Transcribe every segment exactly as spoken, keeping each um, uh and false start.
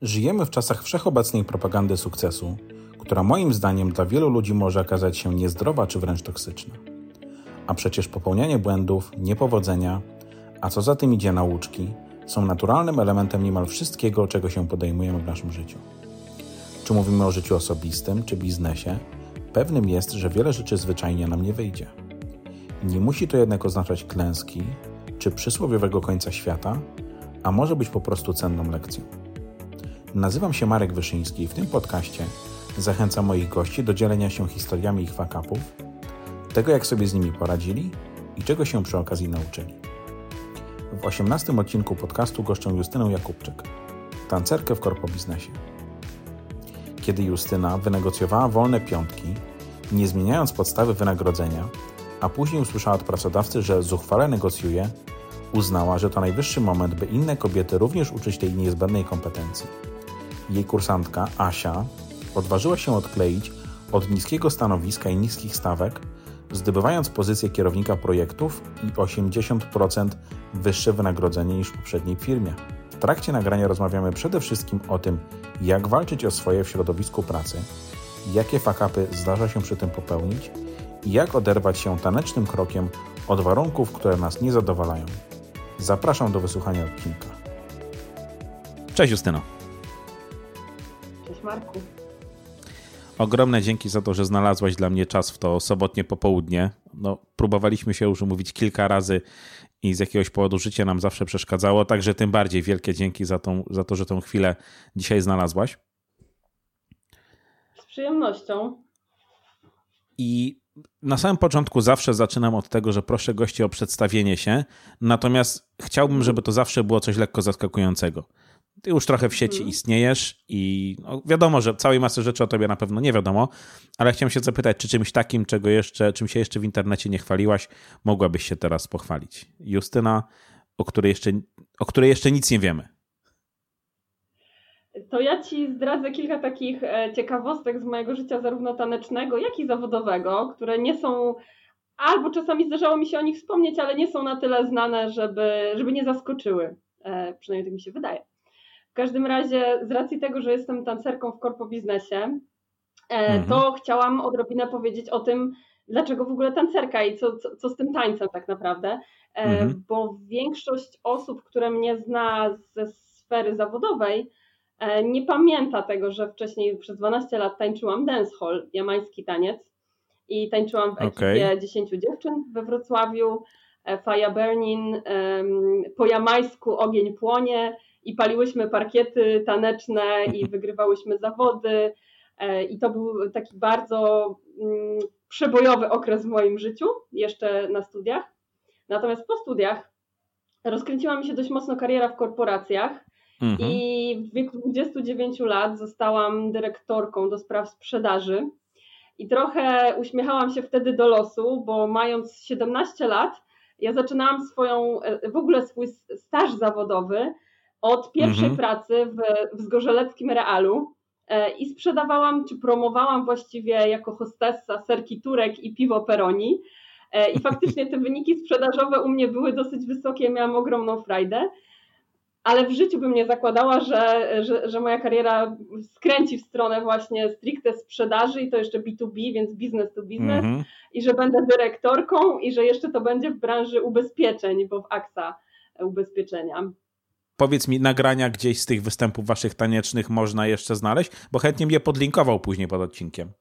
Żyjemy w czasach wszechobecnej propagandy sukcesu, która moim zdaniem dla wielu ludzi może okazać się niezdrowa czy wręcz toksyczna. A przecież popełnianie błędów, niepowodzenia, a co za tym idzie nauczki, są naturalnym elementem niemal wszystkiego, czego się podejmujemy w naszym życiu. Czy mówimy o życiu osobistym, czy biznesie, pewnym jest, że wiele rzeczy zwyczajnie nam nie wyjdzie. Nie musi to jednak oznaczać klęski, czy przysłowiowego końca świata, a może być po prostu cenną lekcją. Nazywam się Marek Wyszyński i w tym podcaście zachęcam moich gości do dzielenia się historiami ich fuck-upów, tego jak sobie z nimi poradzili i czego się przy okazji nauczyli. W osiemnastym odcinku podcastu goszczę Justynę Jakubczyk, tancerkę w korpobiznesie. Kiedy Justyna wynegocjowała wolne piątki, nie zmieniając podstawy wynagrodzenia, a później usłyszała od pracodawcy, że zuchwale negocjuje, uznała, że to najwyższy moment, by inne kobiety również uczyć tej niezbędnej kompetencji. Jej kursantka, Asia, odważyła się odkleić od niskiego stanowiska i niskich stawek, zdobywając pozycję kierownika projektów i osiemdziesiąt procent wyższe wynagrodzenie niż w poprzedniej firmie. W trakcie nagrania rozmawiamy przede wszystkim o tym, jak walczyć o swoje w środowisku pracy, jakie fuck-upy zdarza się przy tym popełnić i jak oderwać się tanecznym krokiem od warunków, które nas nie zadowalają. Zapraszam do wysłuchania odcinka. Cześć Justyno. Cześć Marku. Ogromne dzięki za to, że znalazłaś dla mnie czas w to sobotnie popołudnie. No, próbowaliśmy się już umówić kilka razy i z jakiegoś powodu życie nam zawsze przeszkadzało, także tym bardziej wielkie dzięki za, tą, za to, że tą chwilę dzisiaj znalazłaś. Z przyjemnością. I na samym początku zawsze zaczynam od tego, że proszę gości o przedstawienie się, natomiast chciałbym, żeby to zawsze było coś lekko zaskakującego. Ty już trochę w sieci hmm. istniejesz i no wiadomo, że całej masy rzeczy o tobie na pewno nie wiadomo, ale chciałem się zapytać, czy czymś takim, czego jeszcze, czym się jeszcze w internecie nie chwaliłaś, mogłabyś się teraz pochwalić. Justyna, o której jeszcze, o której jeszcze nic nie wiemy. To ja ci zdradzę kilka takich ciekawostek z mojego życia zarówno tanecznego, jak i zawodowego, które nie są, albo czasami zdarzało mi się o nich wspomnieć, ale nie są na tyle znane, żeby, żeby nie zaskoczyły. Przynajmniej tak mi się wydaje. W każdym razie z racji tego, że jestem tancerką w korpobiznesie, mhm. to chciałam odrobinę powiedzieć o tym, dlaczego w ogóle tancerka i co, co, co z tym tańcem tak naprawdę, mhm. bo większość osób, które mnie zna ze sfery zawodowej, nie pamięta tego, że wcześniej przez dwanaście lat tańczyłam dancehall, jamański taniec i tańczyłam w ekipie okay. dziesięciu dziewczyn we Wrocławiu, Fire Burning, po jamańsku ogień płonie i paliłyśmy parkiety taneczne i wygrywałyśmy zawody i to był taki bardzo przebojowy okres w moim życiu, jeszcze na studiach. Natomiast po studiach rozkręciła mi się dość mocno kariera w korporacjach mhm. i w wieku dwudziestu dziewięciu lat zostałam dyrektorką do spraw sprzedaży i trochę uśmiechałam się wtedy do losu, bo mając siedemnaście lat ja zaczynałam swoją, w ogóle swój staż zawodowy od pierwszej mhm. pracy w, w Zgorzeleckim Realu i sprzedawałam, czy promowałam właściwie jako hostessa serki turek i piwo Peroni i faktycznie te wyniki sprzedażowe u mnie były dosyć wysokie, miałam ogromną frajdę, ale w życiu bym nie zakładała, że, że, że moja kariera skręci w stronę właśnie stricte sprzedaży i to jeszcze B dwa B, więc business to business mhm. i że będę dyrektorką i że jeszcze to będzie w branży ubezpieczeń, bo w A X A ubezpieczenia. Powiedz mi, nagrania gdzieś z tych występów waszych taniecznych można jeszcze znaleźć? Bo chętnie mnie podlinkował później pod odcinkiem.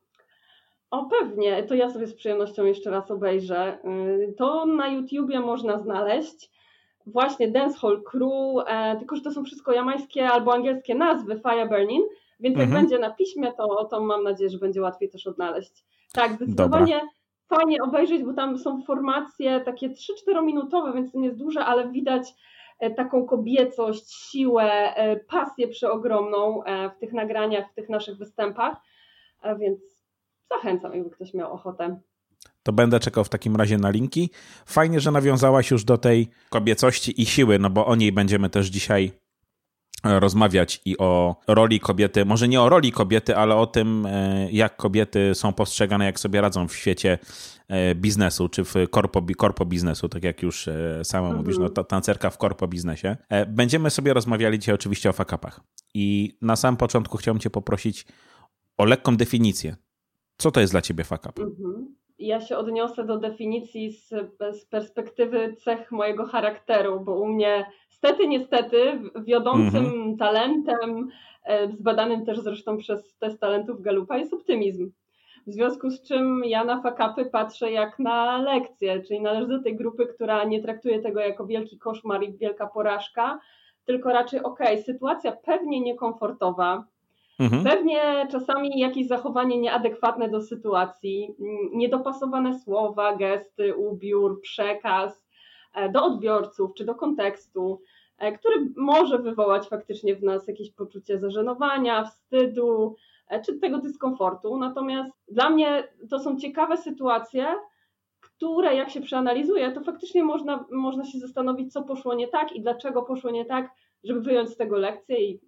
O pewnie, to ja sobie z przyjemnością jeszcze raz obejrzę. To na YouTubie można znaleźć właśnie Dancehall Crew, tylko że to są wszystko jamańskie albo angielskie nazwy Fire Burning, więc jak mhm. będzie na piśmie, to, to mam nadzieję, że będzie łatwiej też odnaleźć. Tak, zdecydowanie Dobra. Fajnie obejrzeć, bo tam są formacje takie trzy-cztery minutowe, więc to nie jest duże, ale widać taką kobiecość, siłę, pasję przeogromną w tych nagraniach, w tych naszych występach, więc zachęcam, jakby ktoś miał ochotę. To będę czekał w takim razie na linki. Fajnie, że nawiązałaś już do tej kobiecości i siły, no bo o niej będziemy też dzisiaj rozmawiać i o roli kobiety, może nie o roli kobiety, ale o tym, jak kobiety są postrzegane, jak sobie radzą w świecie biznesu, czy w korpo, korpo biznesu, tak jak już sama mhm. mówisz, no, tancerka w korpo biznesie. Będziemy sobie rozmawiali dzisiaj oczywiście o fuck-upach. I na samym początku chciałem cię poprosić o lekką definicję. Co to jest dla ciebie fuck up? Mhm. Ja się odniosę do definicji z, z perspektywy cech mojego charakteru, bo u mnie stety, niestety wiodącym mhm. talentem, zbadanym też zresztą przez test talentów Gallupa, jest optymizm. W związku z czym ja na fuck upy patrzę jak na lekcję, czyli należę do tej grupy, która nie traktuje tego jako wielki koszmar i wielka porażka, tylko raczej okej, okay, sytuacja pewnie niekomfortowa, mhm. pewnie czasami jakieś zachowanie nieadekwatne do sytuacji, niedopasowane słowa, gesty, ubiór, przekaz do odbiorców czy do kontekstu, który może wywołać faktycznie w nas jakieś poczucie zażenowania, wstydu czy tego dyskomfortu. Natomiast dla mnie to są ciekawe sytuacje, które jak się przeanalizuje, to faktycznie można, można się zastanowić, co poszło nie tak i dlaczego poszło nie tak, żeby wyjąć z tego lekcję i,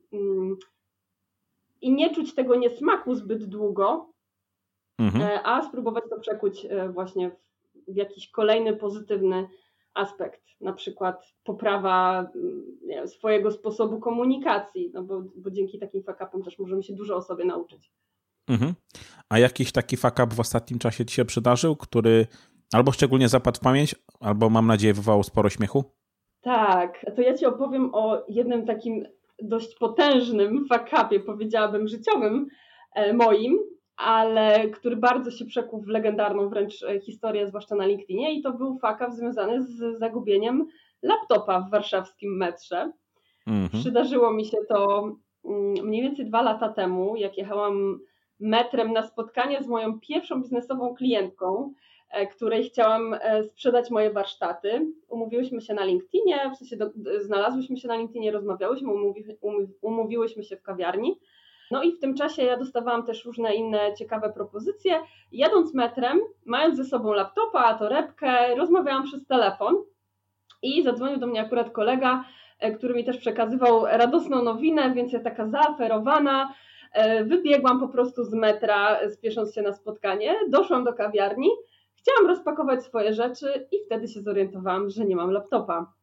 i nie czuć tego niesmaku zbyt długo, mhm. a spróbować to przekuć właśnie w, w jakiś kolejny pozytywny aspekt, na przykład poprawa nie wiem, swojego sposobu komunikacji, no bo, bo dzięki takim fuck upom też możemy się dużo o sobie nauczyć. Mhm. A jakiś taki fuck up w ostatnim czasie ci się przydarzył, który albo szczególnie zapadł w pamięć, albo mam nadzieję wywołał sporo śmiechu? Tak, to ja ci opowiem o jednym takim dość potężnym fuck upie, powiedziałabym życiowym e, moim, ale który bardzo się przekuł w legendarną wręcz historię, zwłaszcza na LinkedInie, i to był fuck up związany z zagubieniem laptopa w warszawskim metrze. Mhm. Przydarzyło mi się to mniej więcej dwa lata temu, jak jechałam metrem na spotkanie z moją pierwszą biznesową klientką, której chciałam sprzedać moje warsztaty. Umówiłyśmy się na LinkedInie, w sensie do, znalazłyśmy się na LinkedInie, rozmawiałyśmy, umówi, um, umówiłyśmy się w kawiarni. No i w tym czasie ja dostawałam też różne inne ciekawe propozycje. Jadąc metrem, mając ze sobą laptopa, torebkę, rozmawiałam przez telefon i zadzwonił do mnie akurat kolega, który mi też przekazywał radosną nowinę, więc ja taka zaaferowana wybiegłam po prostu z metra, spiesząc się na spotkanie, doszłam do kawiarni, chciałam rozpakować swoje rzeczy i wtedy się zorientowałam, że nie mam laptopa.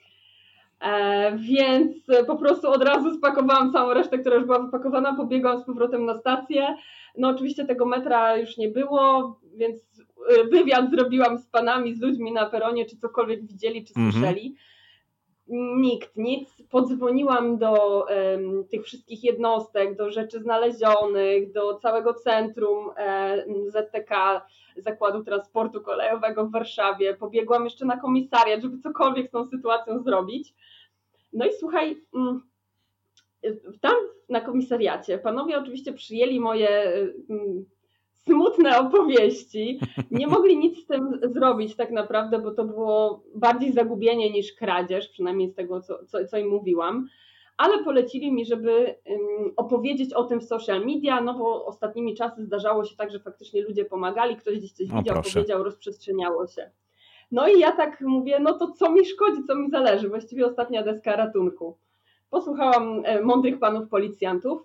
E, więc po prostu od razu spakowałam całą resztę, która już była wypakowana, pobiegłam z powrotem na stację. No oczywiście tego metra już nie było, więc wywiad zrobiłam z panami, z ludźmi na peronie, czy cokolwiek widzieli, czy słyszeli. Mm-hmm. Nikt, nic. Podzwoniłam do um, tych wszystkich jednostek, do rzeczy znalezionych, do całego centrum e, Z T K, Zakładu Transportu Kolejowego w Warszawie. Pobiegłam jeszcze na komisariat, żeby cokolwiek z tą sytuacją zrobić. No i słuchaj, mm, tam na komisariacie panowie oczywiście przyjęli moje mm, smutne opowieści. Nie mogli nic z tym zrobić tak naprawdę, bo to było bardziej zagubienie niż kradzież, przynajmniej z tego, co, co, co im mówiłam. Ale polecili mi, żeby um, opowiedzieć o tym w social media, no bo ostatnimi czasy zdarzało się tak, że faktycznie ludzie pomagali, ktoś gdzieś coś widział, o, powiedział, rozprzestrzeniało się. No i ja tak mówię, no to co mi szkodzi, co mi zależy, właściwie ostatnia deska ratunku. Posłuchałam e, mądrych panów policjantów.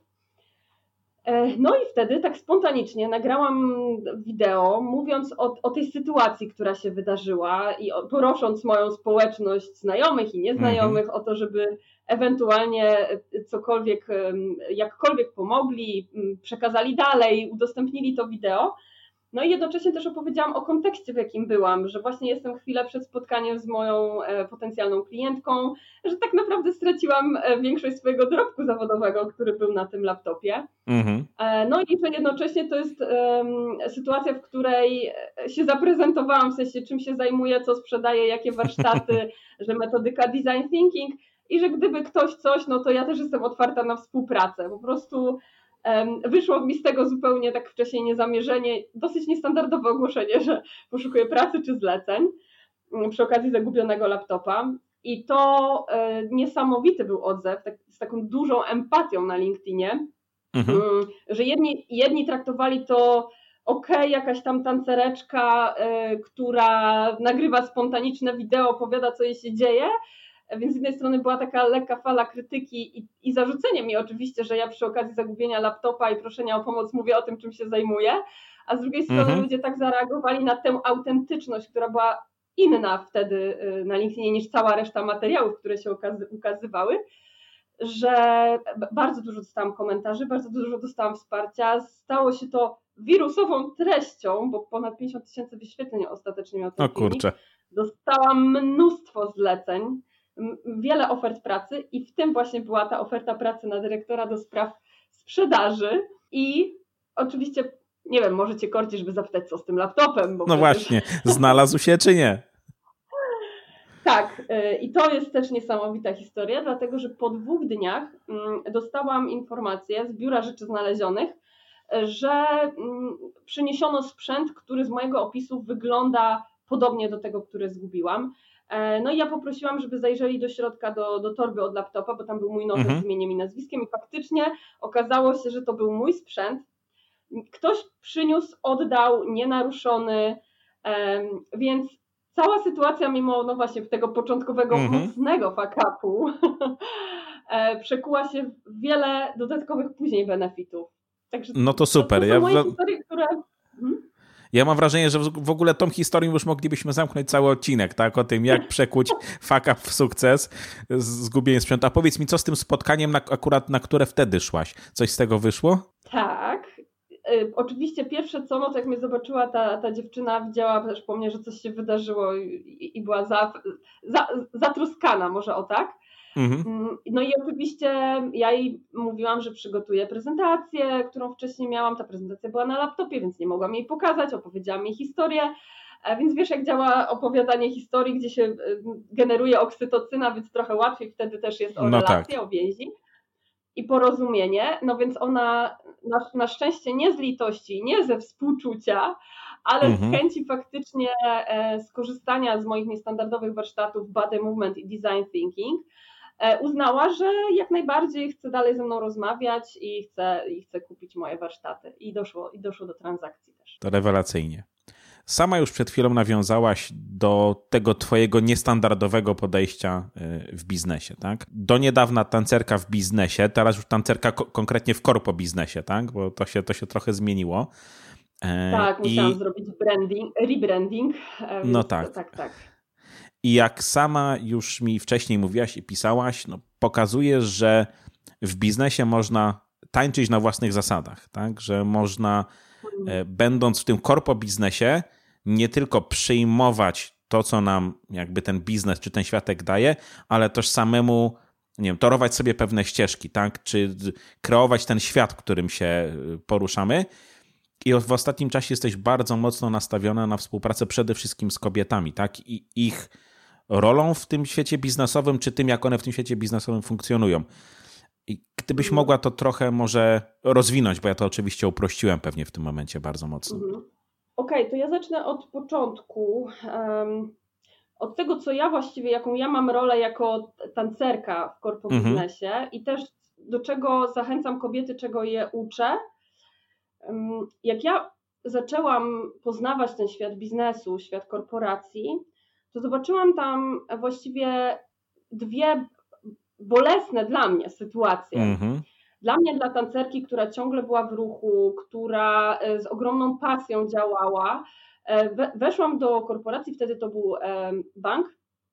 No i wtedy tak spontanicznie nagrałam wideo, mówiąc o, o tej sytuacji, która się wydarzyła i o, prosząc moją społeczność znajomych i nieznajomych mm-hmm. o to, żeby ewentualnie cokolwiek, jakkolwiek pomogli, przekazali dalej, udostępnili to wideo. No i jednocześnie też opowiedziałam o kontekście, w jakim byłam, że właśnie jestem chwilę przed spotkaniem z moją e, potencjalną klientką, że tak naprawdę straciłam e, większość swojego dorobku zawodowego, który był na tym laptopie. Mm-hmm. E, no i że jednocześnie to jest e, sytuacja, w której się zaprezentowałam, w sensie czym się zajmuję, co sprzedaję, jakie warsztaty, że metodyka design thinking i że gdyby ktoś coś, no to ja też jestem otwarta na współpracę. Po prostu wyszło mi z tego zupełnie tak wcześniej niezamierzenie, dosyć niestandardowe ogłoszenie, że poszukuję pracy czy zleceń przy okazji zagubionego laptopa. I to e, niesamowity był odzew, tak, z taką dużą empatią na LinkedInie, mhm. m, że jedni, jedni traktowali to okej, okay, jakaś tam tancereczka, e, która nagrywa spontaniczne wideo, opowiada, co jej się dzieje. Więc z jednej strony była taka lekka fala krytyki i, i zarzucenie mi oczywiście, że ja przy okazji zagubienia laptopa i proszenia o pomoc mówię o tym, czym się zajmuję, a z drugiej strony mhm. ludzie tak zareagowali na tę autentyczność, która była inna wtedy na LinkedInie niż cała reszta materiałów, które się ukazy- ukazywały, że bardzo dużo dostałam komentarzy, bardzo dużo dostałam wsparcia. Stało się to wirusową treścią, bo ponad pięćdziesiąt tysięcy wyświetleń ostatecznie miał ten O kurczę. filmik. Dostałam mnóstwo zleceń, wiele ofert pracy i w tym właśnie była ta oferta pracy na dyrektora do spraw sprzedaży i oczywiście, nie wiem, może cię korci, żeby zapytać, co z tym laptopem. Bo no przecież... właśnie, znalazł się czy nie? Tak, i to jest też niesamowita historia, dlatego że po dwóch dniach dostałam informację z Biura Rzeczy Znalezionych, że przyniesiono sprzęt, który z mojego opisu wygląda podobnie do tego, który zgubiłam. No i ja poprosiłam, żeby zajrzeli do środka, do, do torby od laptopa, bo tam był mój notes mhm. z imieniem i nazwiskiem i faktycznie okazało się, że to był mój sprzęt. Ktoś przyniósł, oddał, nienaruszony, więc cała sytuacja mimo no właśnie tego początkowego mhm. mocnego fuck-upu przekuła się w wiele dodatkowych później benefitów. Także no to super. To, to są ja moje w... historie, które... Hmm? Ja mam wrażenie, że w ogóle tą historią już moglibyśmy zamknąć cały odcinek, tak? O tym, jak przekuć fuck up w sukces, zgubienie sprzętu. A powiedz mi, co z tym spotkaniem, na, akurat na które wtedy szłaś? Coś z tego wyszło? Tak. Y, oczywiście pierwsze co, no to jak mnie zobaczyła ta, ta dziewczyna, widziała też po mnie, że coś się wydarzyło i, i była za, za, zatruskana, może o tak. Mhm. No i oczywiście ja jej mówiłam, że przygotuję prezentację, którą wcześniej miałam. Ta prezentacja była na laptopie, więc nie mogłam jej pokazać. Opowiedziałam jej historię, więc wiesz, jak działa opowiadanie historii, gdzie się generuje oksytocyna, więc trochę łatwiej wtedy też jest o no relację, tak. o więzi i porozumienie. No więc ona na, na szczęście nie z litości, nie ze współczucia, ale mhm. z chęci faktycznie e, skorzystania z moich niestandardowych warsztatów Body Movement i Design Thinking uznała, że jak najbardziej chce dalej ze mną rozmawiać i chce, i chce kupić moje warsztaty. I doszło, i doszło do transakcji też. To rewelacyjnie. Sama już przed chwilą nawiązałaś do tego twojego niestandardowego podejścia w biznesie, tak? Do niedawna tancerka w biznesie, teraz już tancerka ko- konkretnie w korpo biznesie, tak? Bo to się, to się trochę zmieniło. Tak, I... musiałam zrobić branding, rebranding. No tak. tak, tak. I jak sama już mi wcześniej mówiłaś i pisałaś, no pokazujesz, że w biznesie można tańczyć na własnych zasadach, tak? Że można, e, będąc w tym korpo biznesie, nie tylko przyjmować to, co nam jakby ten biznes czy ten światek daje, ale też samemu, nie wiem, torować sobie pewne ścieżki, tak? Czy kreować ten świat, w którym się poruszamy. I w ostatnim czasie jesteś bardzo mocno nastawiona na współpracę przede wszystkim z kobietami, tak? I ich rolą w tym świecie biznesowym, czy tym, jak one w tym świecie biznesowym funkcjonują. I gdybyś mhm. mogła to trochę może rozwinąć, bo ja to oczywiście uprościłem pewnie w tym momencie bardzo mocno. Mhm. Okej, okay, to ja zacznę od początku. Um, od tego, co ja właściwie, jaką ja mam rolę jako tancerka w korpo mhm. biznesie i też do czego zachęcam kobiety, czego je uczę. Um, jak ja zaczęłam poznawać ten świat biznesu, świat korporacji, to zobaczyłam tam właściwie dwie bolesne dla mnie sytuacje. Mm-hmm. Dla mnie, dla tancerki, która ciągle była w ruchu, która z ogromną pasją działała, weszłam do korporacji, wtedy to był bank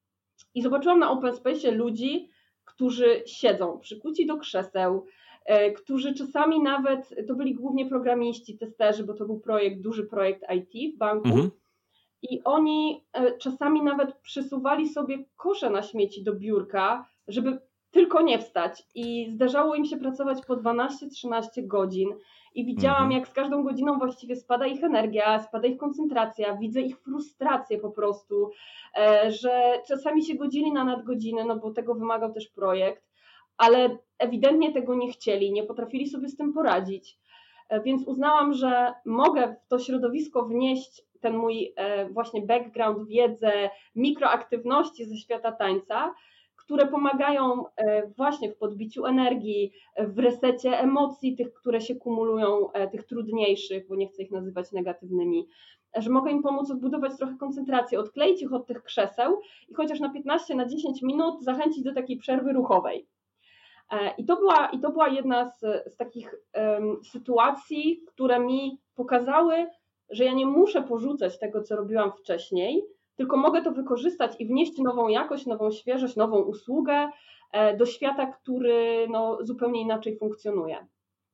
i zobaczyłam na Open Space ludzi, którzy siedzą przykuci do krzeseł, którzy czasami nawet, to byli głównie programiści, testerzy, bo to był projekt, duży projekt I T w banku. Mm-hmm. I oni czasami nawet przysuwali sobie kosze na śmieci do biurka, żeby tylko nie wstać. I zdarzało im się pracować po dwanaście trzynaście godzin. I widziałam, mhm. jak z każdą godziną właściwie spada ich energia, spada ich koncentracja, widzę ich frustrację po prostu, że czasami się godzili na nadgodziny, no bo tego wymagał też projekt, ale ewidentnie tego nie chcieli, nie potrafili sobie z tym poradzić. Więc uznałam, że mogę w to środowisko wnieść ten mój właśnie background, wiedzę, mikroaktywności ze świata tańca, które pomagają właśnie w podbiciu energii, w resecie emocji, tych, które się kumulują, tych trudniejszych, bo nie chcę ich nazywać negatywnymi, że mogę im pomóc odbudować trochę koncentrację, odkleić ich od tych krzeseł i chociaż na piętnaście na dziesięć minut zachęcić do takiej przerwy ruchowej. I to była, i to była jedna z, z takich um, sytuacji, które mi pokazały, że ja nie muszę porzucać tego, co robiłam wcześniej, tylko mogę to wykorzystać i wnieść nową jakość, nową świeżość, nową usługę do świata, który no, zupełnie inaczej funkcjonuje.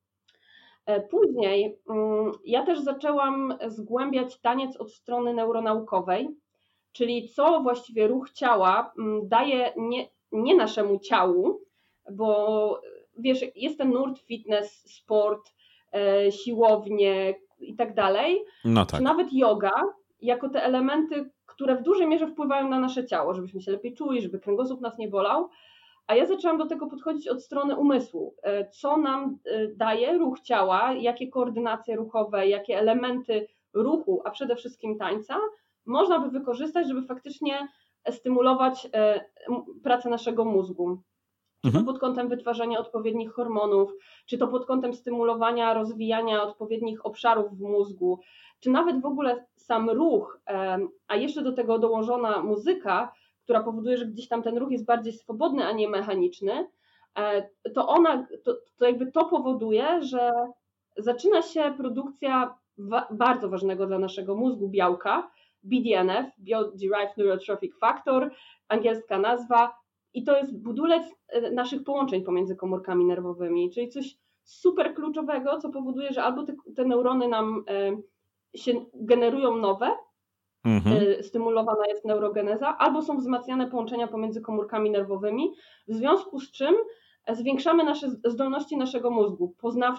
Później ja też zaczęłam zgłębiać taniec od strony neuronaukowej, czyli co właściwie ruch ciała daje nie, nie naszemu ciału, bo wiesz, jest ten nurt fitness, sport, siłownie i tak dalej, no tak. czy nawet yoga, jako te elementy, które w dużej mierze wpływają na nasze ciało, żebyśmy się lepiej czuli, żeby kręgosłup nas nie bolał. A ja zaczęłam do tego podchodzić od strony umysłu. Co nam daje ruch ciała, jakie koordynacje ruchowe, jakie elementy ruchu, a przede wszystkim tańca, można by wykorzystać, żeby faktycznie stymulować pracę naszego mózgu. Czy to pod kątem wytwarzania odpowiednich hormonów, czy to pod kątem stymulowania, rozwijania odpowiednich obszarów w mózgu, czy nawet w ogóle sam ruch, a jeszcze do tego dołożona muzyka, która powoduje, że gdzieś tam ten ruch jest bardziej swobodny, a nie mechaniczny, to ona, to, to jakby to powoduje, że zaczyna się produkcja wa- bardzo ważnego dla naszego mózgu białka, B D N F, Bio-Derived Neurotrophic Factor, angielska nazwa, i to jest budulec naszych połączeń pomiędzy komórkami nerwowymi, czyli coś super kluczowego, co powoduje, że albo te, te neurony nam y, się generują nowe, mhm. stymulowana jest neurogeneza, albo są wzmacniane połączenia pomiędzy komórkami nerwowymi, w związku z czym zwiększamy nasze zdolności naszego mózgu,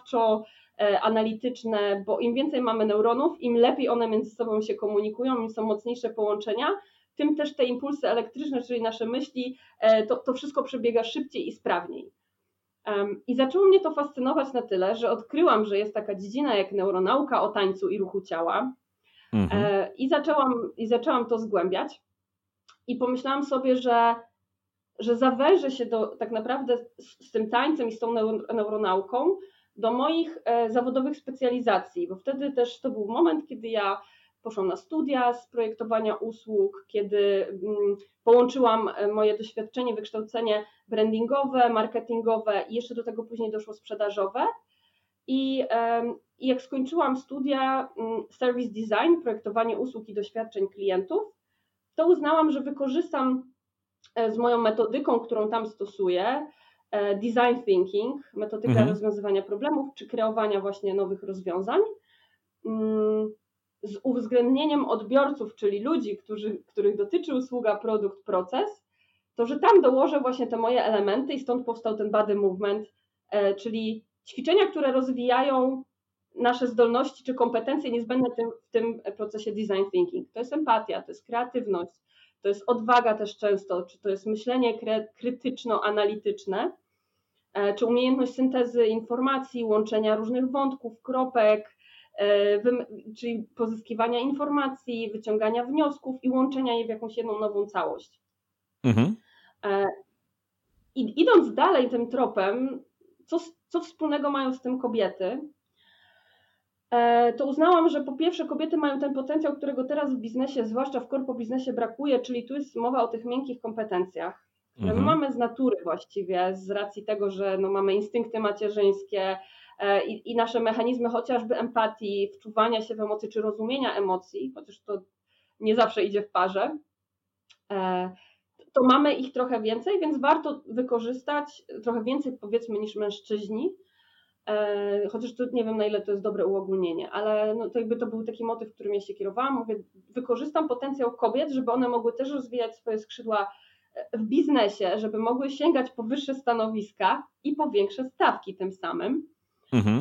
poznawczo-analityczne, bo im więcej mamy neuronów, im lepiej one między sobą się komunikują, im są mocniejsze połączenia, tym też te impulsy elektryczne, czyli nasze myśli, to, to wszystko przebiega szybciej i sprawniej. I zaczęło mnie to fascynować na tyle, że odkryłam, że jest taka dziedzina jak neuronauka o tańcu i ruchu ciała. Mhm. I zaczęłam, i zaczęłam to zgłębiać i pomyślałam sobie, że, że zawężę się do, tak naprawdę z, z tym tańcem i z tą neuronauką do moich zawodowych specjalizacji, bo wtedy też to był moment, kiedy ja poszłam na studia z projektowania usług, kiedy połączyłam moje doświadczenie, wykształcenie brandingowe, marketingowe i jeszcze do tego później doszło sprzedażowe. I, I jak skończyłam studia Service Design, projektowanie usług i doświadczeń klientów, to uznałam, że wykorzystam z moją metodyką, którą tam stosuję, design thinking, metodyka mhm. rozwiązywania problemów, czy kreowania właśnie nowych rozwiązań, z uwzględnieniem odbiorców, czyli ludzi, którzy, których dotyczy usługa, produkt, proces, to że tam dołożę właśnie te moje elementy i stąd powstał ten body movement, czyli ćwiczenia, które rozwijają nasze zdolności czy kompetencje niezbędne tym, w tym procesie design thinking. To jest empatia, to jest kreatywność, to jest odwaga też często, czy to jest myślenie krytyczno-analityczne, czy umiejętność syntezy informacji, łączenia różnych wątków, kropek, czyli pozyskiwania informacji, wyciągania wniosków i łączenia je w jakąś jedną nową całość. Mhm. I idąc dalej tym tropem, co, co wspólnego mają z tym kobiety, to uznałam, że po pierwsze kobiety mają ten potencjał, którego teraz w biznesie, zwłaszcza w korpo biznesie brakuje, czyli tu jest mowa o tych miękkich kompetencjach, które mhm. mamy z natury właściwie, z racji tego, że no mamy instynkty macierzyńskie i, i nasze mechanizmy chociażby empatii, wczuwania się w emocje czy rozumienia emocji, chociaż to nie zawsze idzie w parze, to mamy ich trochę więcej, więc warto wykorzystać trochę więcej, powiedzmy, niż mężczyźni, chociaż tu nie wiem, na ile to jest dobre uogólnienie, ale no to jakby to był taki motyw, którym ja się kierowałam. Mówię, wykorzystam potencjał kobiet, żeby one mogły też rozwijać swoje skrzydła w biznesie, żeby mogły sięgać po wyższe stanowiska i po większe stawki tym samym. Mhm.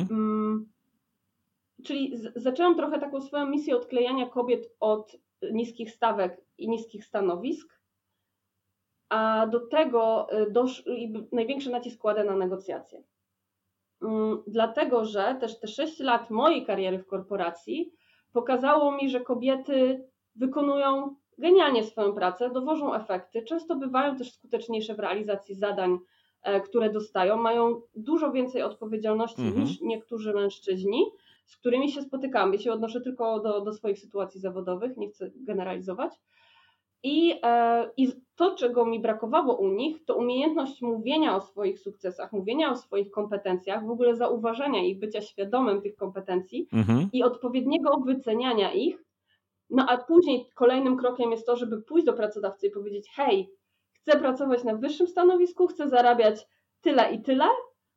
Czyli z- zaczęłam trochę taką swoją misję odklejania kobiet od niskich stawek i niskich stanowisk, a do tego dosz- największy nacisk kładę na negocjacje. Dlatego, że też te sześć lat mojej kariery w korporacji pokazało mi, że kobiety wykonują genialnie swoją pracę, dowożą efekty, często bywają też skuteczniejsze w realizacji zadań, które dostają, mają dużo więcej odpowiedzialności mhm. niż niektórzy mężczyźni, z którymi się spotykam. Ja się odnoszę tylko do, do swoich sytuacji zawodowych, nie chcę generalizować. I, e, I to, czego mi brakowało u nich, to umiejętność mówienia o swoich sukcesach, mówienia o swoich kompetencjach, w ogóle zauważania ich, bycia świadomym tych kompetencji mhm. i odpowiedniego wyceniania ich, No a później kolejnym krokiem jest to, żeby pójść do pracodawcy i powiedzieć: hej, chcę pracować na wyższym stanowisku, chcę zarabiać tyle i tyle.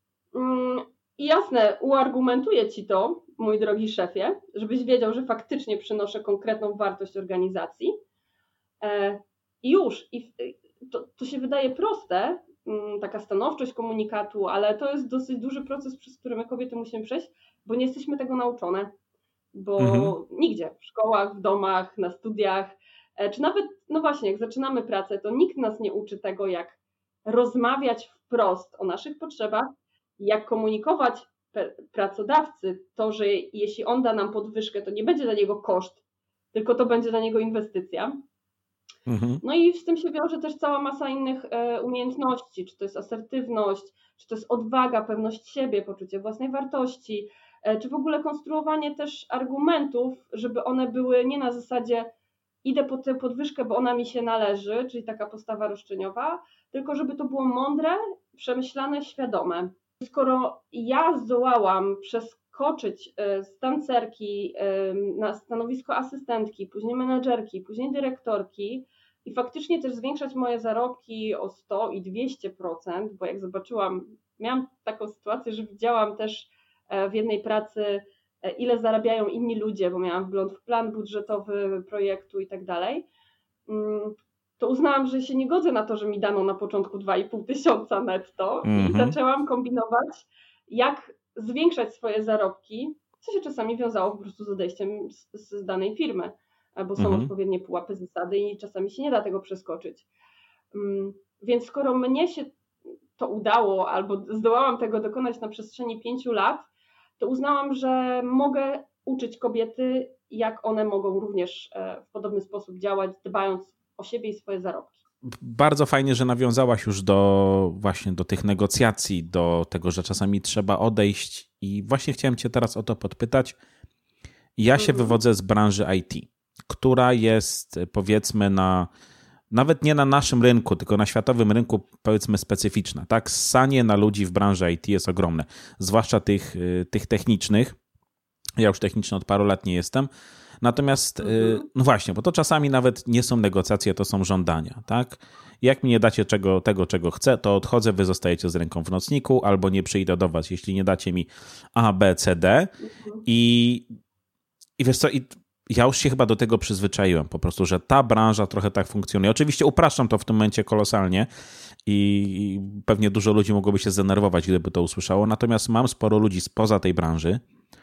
I jasne, uargumentuję ci to, mój drogi szefie, żebyś wiedział, że faktycznie przynoszę konkretną wartość organizacji. I już. I to, to się wydaje proste, taka stanowczość komunikatu, ale to jest dosyć duży proces, przez który my kobiety musimy przejść, bo nie jesteśmy tego nauczone. Bo mhm. nigdzie, w szkołach, w domach, na studiach, czy nawet, no właśnie, jak zaczynamy pracę, to nikt nas nie uczy tego, jak rozmawiać wprost o naszych potrzebach, jak komunikować pracodawcy to, że jeśli on da nam podwyżkę, to nie będzie dla niego koszt, tylko to będzie dla niego inwestycja. Mhm. No i z tym się wiąże też cała masa innych umiejętności, czy to jest asertywność, czy to jest odwaga, pewność siebie, poczucie własnej wartości, czy w ogóle konstruowanie też argumentów, żeby one były nie na zasadzie idę po tę podwyżkę, bo ona mi się należy, czyli taka postawa roszczeniowa, tylko żeby to było mądre, przemyślane, świadome. Skoro ja zdołałam przeskoczyć z tancerki na stanowisko asystentki, później menadżerki, później dyrektorki i faktycznie też zwiększać moje zarobki o sto i dwieście procent, bo jak zobaczyłam, miałam taką sytuację, że widziałam też w jednej pracy, ile zarabiają inni ludzie, bo miałam wgląd w plan budżetowy projektu i tak dalej, to uznałam, że się nie godzę na to, że mi dano na początku dwa i pół tysiąca netto mm-hmm. i zaczęłam kombinować, jak zwiększać swoje zarobki, co się czasami wiązało po prostu z odejściem z, z danej firmy, bo są mm-hmm. odpowiednie pułapy, zasady i czasami się nie da tego przeskoczyć. Więc skoro mnie się to udało albo zdołałam tego dokonać na przestrzeni pięciu lat, to uznałam, że mogę uczyć kobiety, jak one mogą również w podobny sposób działać, dbając o siebie i swoje zarobki. Bardzo fajnie, że nawiązałaś już do właśnie do tych negocjacji, do tego, że czasami trzeba odejść i właśnie chciałem cię teraz o to podpytać. Ja się mhm. wywodzę z branży I T, która jest powiedzmy na nawet nie na naszym rynku, tylko na światowym rynku powiedzmy specyficzna. Tak? Ssanie na ludzi w branży I T jest ogromne, zwłaszcza tych, tych technicznych. Ja już techniczny od paru lat nie jestem. Natomiast, mhm. no właśnie, bo to czasami nawet nie są negocjacje, to są żądania. Tak? Jak mi nie dacie czego, tego, czego chcę, to odchodzę, wy zostajecie z ręką w nocniku, albo nie przyjdę do was, jeśli nie dacie mi A, B, C, D. Mhm. I, i wiesz co, i ja już się chyba do tego przyzwyczaiłem po prostu, że ta branża trochę tak funkcjonuje. Oczywiście upraszczam to w tym momencie kolosalnie i pewnie dużo ludzi mogłoby się zdenerwować, gdyby to usłyszało. Natomiast mam sporo ludzi spoza tej branży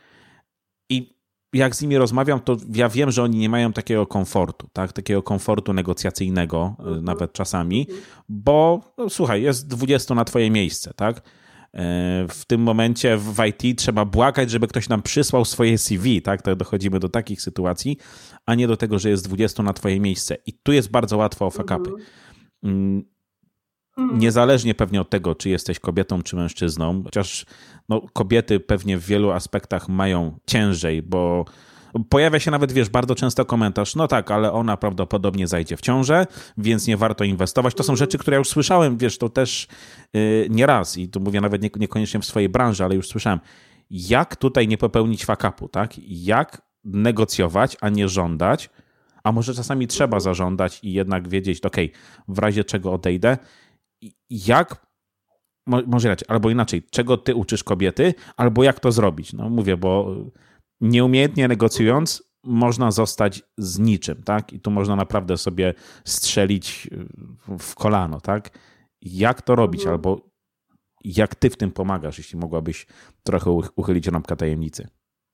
i jak z nimi rozmawiam, to ja wiem, że oni nie mają takiego komfortu, tak? Takiego komfortu negocjacyjnego mhm. nawet czasami, bo no, słuchaj, jest dwudziestu na twoje miejsce, tak? W tym momencie w I T trzeba błagać, żeby ktoś nam przysłał swoje C V, tak? To dochodzimy do takich sytuacji, a nie do tego, że jest dwudziestu na twoje miejsce. I tu jest bardzo łatwo o fuck-upy. Mm. Niezależnie pewnie od tego, czy jesteś kobietą, czy mężczyzną, chociaż no, kobiety pewnie w wielu aspektach mają ciężej, bo pojawia się nawet, wiesz, bardzo często komentarz, no tak, ale ona prawdopodobnie zajdzie w ciążę, więc nie warto inwestować. To są rzeczy, które ja już słyszałem, wiesz, to też yy, nie raz i tu mówię nawet nie, niekoniecznie w swojej branży, ale już słyszałem, jak tutaj nie popełnić fuck-upu, tak? Jak negocjować, a nie żądać, a może czasami trzeba zażądać i jednak wiedzieć, okej, okay, w razie czego odejdę, jak, może inaczej, albo inaczej, czego ty uczysz kobiety, albo jak to zrobić. No mówię, bo nieumiejętnie negocjując można zostać z niczym, tak? I tu można naprawdę sobie strzelić w kolano, tak? Jak to robić, mhm. albo jak ty w tym pomagasz, jeśli mogłabyś trochę uchylić rąbka tajemnicy.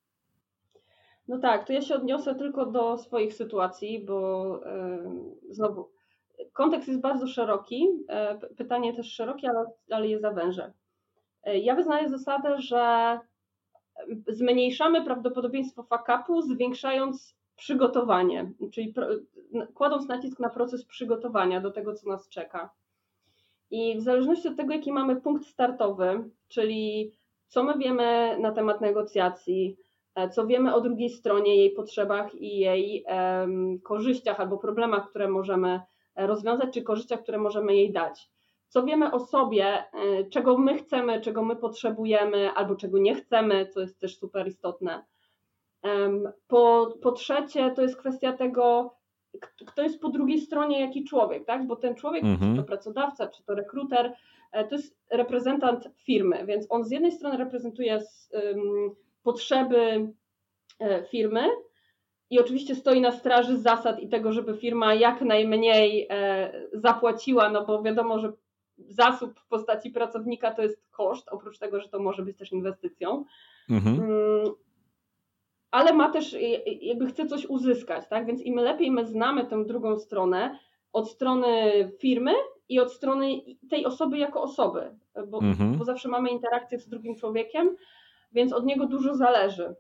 No tak, to ja się odniosę tylko do swoich sytuacji, bo yy, znowu kontekst jest bardzo szeroki, pytanie też szerokie, ale, ale je zawężę. Ja wyznaję zasadę, że zmniejszamy prawdopodobieństwo fuck-upu, zwiększając przygotowanie, czyli kładąc nacisk na proces przygotowania do tego, co nas czeka. I w zależności od tego, jaki mamy punkt startowy, czyli co my wiemy na temat negocjacji, co wiemy o drugiej stronie, jej potrzebach i jej um, korzyściach albo problemach, które możemy rozwiązać, czy korzyściach, które możemy jej dać. Co wiemy o sobie, czego my chcemy, czego my potrzebujemy, albo czego nie chcemy, co jest też super istotne. Po, po trzecie, to jest kwestia tego, kto jest po drugiej stronie, jaki człowiek, tak? Bo ten człowiek, mhm. czy to pracodawca, czy to rekruter, to jest reprezentant firmy, więc on z jednej strony reprezentuje um, potrzeby firmy i oczywiście stoi na straży zasad i tego, żeby firma jak najmniej e, zapłaciła, no bo wiadomo, że zasób w postaci pracownika to jest koszt, oprócz tego, że to może być też inwestycją. Mhm. Um, ale ma też, jakby chce coś uzyskać, tak? Więc im lepiej my znamy tę drugą stronę, od strony firmy i od strony tej osoby jako osoby, bo, mhm. bo zawsze mamy interakcję z drugim człowiekiem, więc od niego dużo zależy.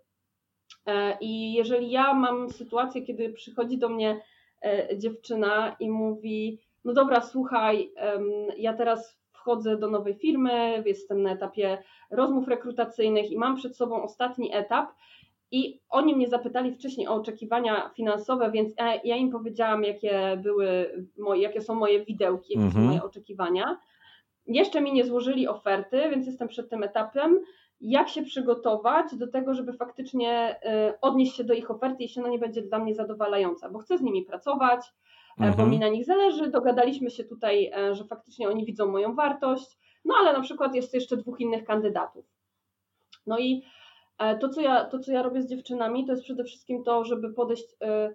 I jeżeli ja mam sytuację, kiedy przychodzi do mnie dziewczyna i mówi, no dobra, słuchaj, ja teraz wchodzę do nowej firmy, jestem na etapie rozmów rekrutacyjnych i mam przed sobą ostatni etap, i oni mnie zapytali wcześniej o oczekiwania finansowe, więc ja im powiedziałam, jakie były moje, jakie są moje widełki, jakie mm-hmm. są moje oczekiwania. Jeszcze mi nie złożyli oferty, więc jestem przed tym etapem, jak się przygotować do tego, żeby faktycznie odnieść się do ich oferty, jeśli ona nie będzie dla mnie zadowalająca, bo chcę z nimi pracować, mm-hmm. bo mi na nich zależy, dogadaliśmy się tutaj, że faktycznie oni widzą moją wartość, no ale na przykład jest jeszcze dwóch innych kandydatów. No i To co, ja, to, co ja robię z dziewczynami, to jest przede wszystkim to, żeby podejść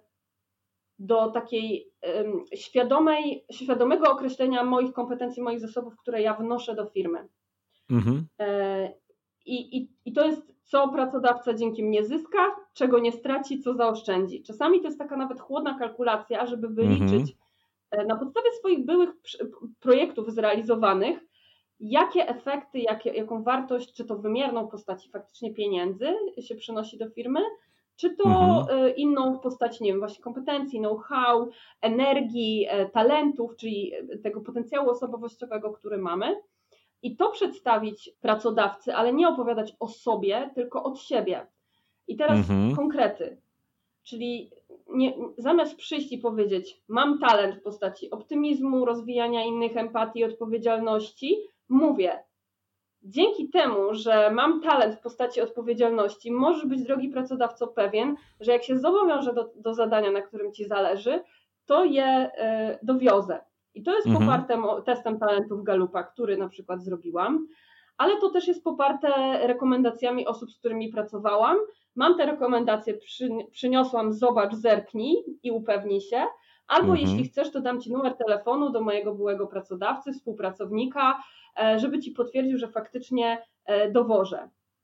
do takiej świadomej, świadomego określenia moich kompetencji, moich zasobów, które ja wnoszę do firmy. Mhm. I, i, I to jest, co pracodawca dzięki mnie zyska, czego nie straci, co zaoszczędzi. Czasami to jest taka nawet chłodna kalkulacja, żeby wyliczyć mhm. na podstawie swoich byłych projektów zrealizowanych, jakie efekty, jakie, jaką wartość, czy to wymierną w postaci faktycznie pieniędzy się przynosi do firmy, czy to mhm. inną w postaci, nie wiem, właśnie kompetencji, know-how, energii, talentów, czyli tego potencjału osobowościowego, który mamy. I to przedstawić pracodawcy, ale nie opowiadać o sobie, tylko od siebie. I teraz mhm. konkrety. Czyli nie, zamiast przyjść i powiedzieć, mam talent w postaci optymizmu, rozwijania innych, empatii, odpowiedzialności, mówię, dzięki temu, że mam talent w postaci odpowiedzialności, możesz być, drogi pracodawco, pewien, że jak się zobowiążę do, do zadania, na którym ci zależy, to je y, dowiozę. I to jest mhm. poparte testem talentów Gallupa, który na przykład zrobiłam, ale to też jest poparte rekomendacjami osób, z którymi pracowałam. Mam te rekomendacje, przy, przyniosłam, zobacz, zerknij i upewnij się. Albo mhm. jeśli chcesz, to dam ci numer telefonu do mojego byłego pracodawcy, współpracownika, żeby ci potwierdził, że faktycznie dowożę.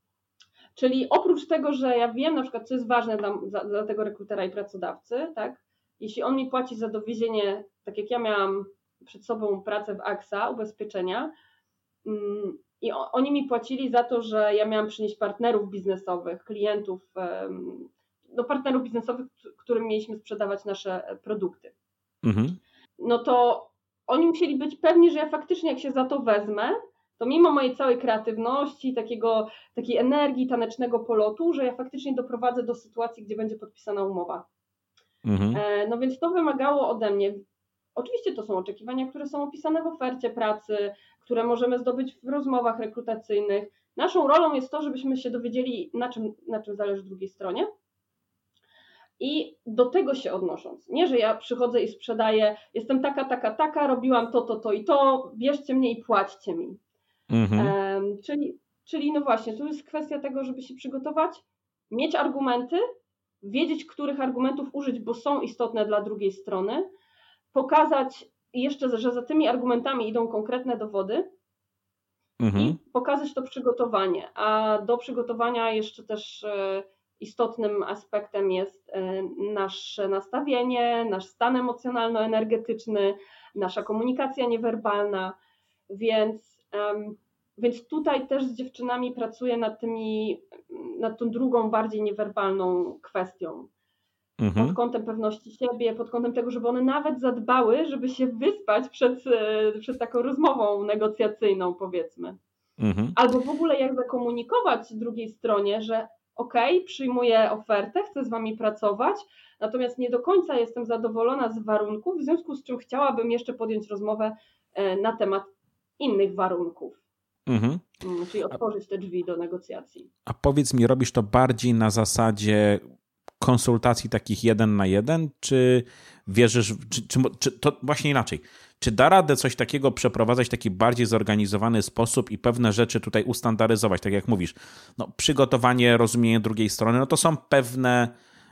Czyli oprócz tego, że ja wiem na przykład, co jest ważne dla, dla, dla tego rekrutera i pracodawcy, tak? Jeśli on mi płaci za dowiezienie, tak jak ja miałam przed sobą pracę w A X A, ubezpieczenia, mm, i o, oni mi płacili za to, że ja miałam przynieść partnerów biznesowych, klientów, um, no partnerów biznesowych, którym mieliśmy sprzedawać nasze produkty. Mhm. No to oni musieli być pewni, że ja faktycznie jak się za to wezmę, to mimo mojej całej kreatywności, takiego, takiej energii, tanecznego polotu, że ja faktycznie doprowadzę do sytuacji, gdzie będzie podpisana umowa. Mhm. No więc to wymagało ode mnie, oczywiście to są oczekiwania, które są opisane w ofercie pracy, które możemy zdobyć w rozmowach rekrutacyjnych. Naszą rolą jest to, żebyśmy się dowiedzieli, na czym, na czym zależy drugiej stronie. I do tego się odnosząc, nie, że ja przychodzę i sprzedaję, jestem taka, taka, taka, robiłam to, to, to i to, bierzcie mnie i płaćcie mi. Mhm. Um, czyli, czyli no właśnie, tu jest kwestia tego, żeby się przygotować, mieć argumenty, wiedzieć, których argumentów użyć, bo są istotne dla drugiej strony, pokazać jeszcze, że za tymi argumentami idą konkretne dowody mhm. i pokazać to przygotowanie. A do przygotowania jeszcze też istotnym aspektem jest nasze nastawienie, nasz stan emocjonalno-energetyczny, nasza komunikacja niewerbalna, więc, więc tutaj też z dziewczynami pracuję nad tymi, nad tą drugą, bardziej niewerbalną kwestią. Mhm. Pod kątem pewności siebie, pod kątem tego, żeby one nawet zadbały, żeby się wyspać przed, przed taką rozmową negocjacyjną, powiedzmy. Mhm. Albo w ogóle jak zakomunikować drugiej stronie, że okej, okay, przyjmuję ofertę, chcę z wami pracować, natomiast nie do końca jestem zadowolona z warunków, w związku z czym chciałabym jeszcze podjąć rozmowę na temat innych warunków. Mhm. Czyli otworzyć te drzwi do negocjacji. A powiedz mi, robisz to bardziej na zasadzie konsultacji takich jeden na jeden, czy wierzysz, czy, czy, czy to właśnie inaczej, czy da radę coś takiego przeprowadzać w taki bardziej zorganizowany sposób i pewne rzeczy tutaj ustandaryzować, tak jak mówisz, no przygotowanie, rozumienie drugiej strony, no to są pewne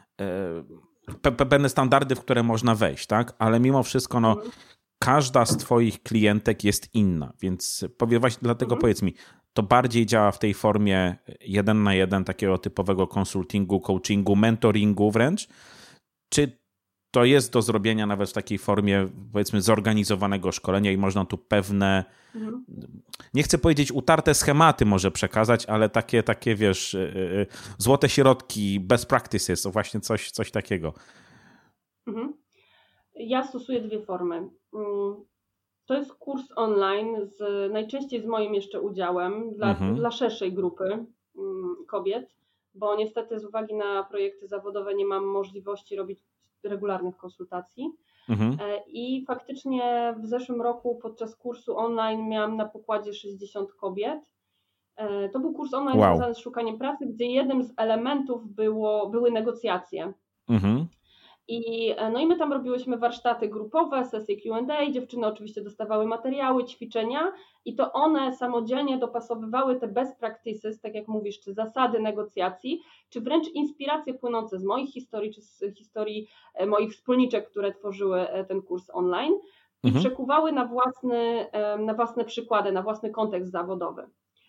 pe, pewne standardy, w które można wejść, tak, ale mimo wszystko, no każda z twoich klientek jest inna, więc powie, właśnie dlatego mhm. powiedz mi, to bardziej działa w tej formie jeden na jeden takiego typowego konsultingu, coachingu, mentoringu wręcz, czy to jest do zrobienia nawet w takiej formie, powiedzmy, zorganizowanego szkolenia i można tu pewne, mhm. nie chcę powiedzieć utarte schematy może przekazać, ale takie, takie wiesz, złote środki, best practices, to właśnie coś, coś takiego. Mhm. Ja stosuję dwie formy. To jest kurs online, z, najczęściej z moim jeszcze udziałem, dla, mhm. dla szerszej grupy kobiet, bo niestety z uwagi na projekty zawodowe nie mam możliwości robić regularnych konsultacji. Mhm. I faktycznie w zeszłym roku podczas kursu online miałam na pokładzie sześćdziesiąt kobiet. To był kurs online wow. związany z szukaniem pracy, gdzie jednym z elementów było, były negocjacje. Mhm. I, no i my tam robiłyśmy warsztaty grupowe, sesje Q and A, dziewczyny oczywiście dostawały materiały, ćwiczenia i to one samodzielnie dopasowywały te best practices, tak jak mówisz, czy zasady negocjacji, czy wręcz inspiracje płynące z moich historii, czy z historii moich wspólniczek, które tworzyły ten kurs online i mhm. przekuwały na, własny, na własne przykłady, na własny kontekst zawodowy.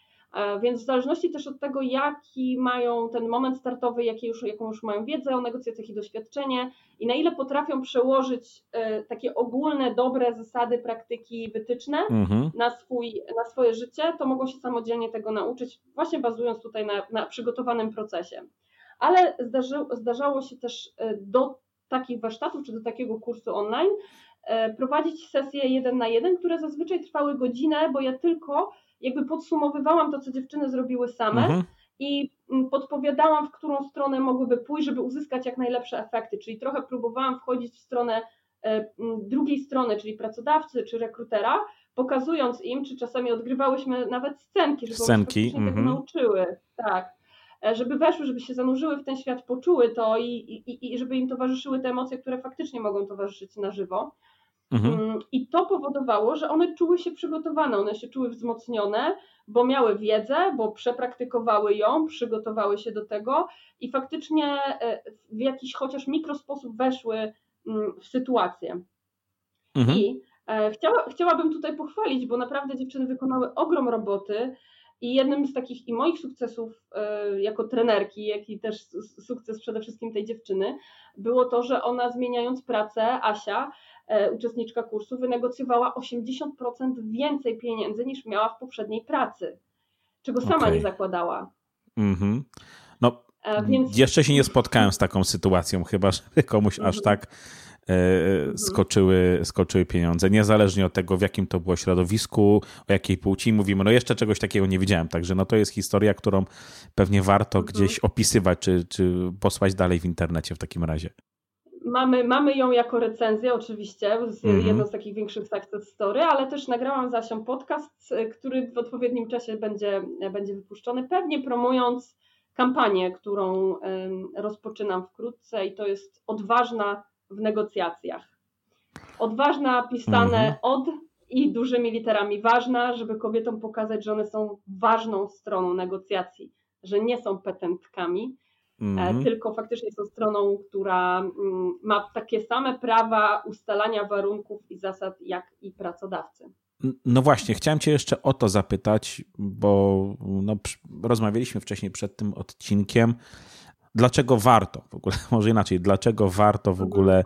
Więc w zależności też od tego, jaki mają ten moment startowy, jakie już, jaką już mają wiedzę o negocjacjach i doświadczenie i na ile potrafią przełożyć takie ogólne, dobre zasady, praktyki, wytyczne mhm. na, swój, na swoje życie, to mogą się samodzielnie tego nauczyć, właśnie bazując tutaj na, na przygotowanym procesie. Ale zdarzy, zdarzało się też do takich warsztatów, czy do takiego kursu online prowadzić sesje jeden na jeden, które zazwyczaj trwały godzinę, bo ja tylko jakby podsumowywałam to, co dziewczyny zrobiły same mhm. i podpowiadałam, w którą stronę mogłyby pójść, żeby uzyskać jak najlepsze efekty, czyli trochę próbowałam wchodzić w stronę e, drugiej strony, czyli pracodawcy czy rekrutera, pokazując im, czy czasami odgrywałyśmy nawet scenki, żeby Scenki. one się mhm. tego nauczyły. Tak. Żeby weszły, żeby się zanurzyły w ten świat, poczuły to i, i, i żeby im towarzyszyły te emocje, które faktycznie mogą towarzyszyć na żywo. Mhm. I to powodowało, że one czuły się przygotowane, one się czuły wzmocnione, bo miały wiedzę, bo przepraktykowały ją, przygotowały się do tego i faktycznie w jakiś chociaż mikrosposób weszły w sytuację. Mhm. I chciała, chciałabym tutaj pochwalić, bo naprawdę dziewczyny wykonały ogrom roboty i jednym z takich i moich sukcesów jako trenerki, jak i też sukces przede wszystkim tej dziewczyny było to, że ona zmieniając pracę, Asia, uczestniczka kursu, wynegocjowała osiemdziesiąt procent więcej pieniędzy niż miała w poprzedniej pracy, czego sama okay. nie zakładała. Mm-hmm. No, Więc... jeszcze się nie spotkałem z taką sytuacją, chyba że komuś mm-hmm. aż tak e, mm-hmm. skoczyły, skoczyły pieniądze, niezależnie od tego, w jakim to było środowisku, o jakiej płci mówimy. No jeszcze czegoś takiego nie widziałem, także no to jest historia, którą pewnie warto mm-hmm. gdzieś opisywać, czy, czy posłać dalej w internecie w takim razie. Mamy, mamy ją jako recenzję oczywiście, jest mm-hmm. jedną z takich większych success story, ale też nagrałam z Asią podcast, który w odpowiednim czasie będzie, będzie wypuszczony, pewnie promując kampanię, którą rozpoczynam wkrótce i to jest odważna w negocjacjach. Odważna pisane mm-hmm. od i dużymi literami ważna, żeby kobietom pokazać, że one są ważną stroną negocjacji, że nie są petentkami, Mm-hmm. tylko faktycznie są stroną, która ma takie same prawa ustalania warunków i zasad jak i pracodawcy. No właśnie, chciałem cię jeszcze o to zapytać, bo no, rozmawialiśmy wcześniej przed tym odcinkiem. Dlaczego warto w ogóle, może inaczej, dlaczego warto w ogóle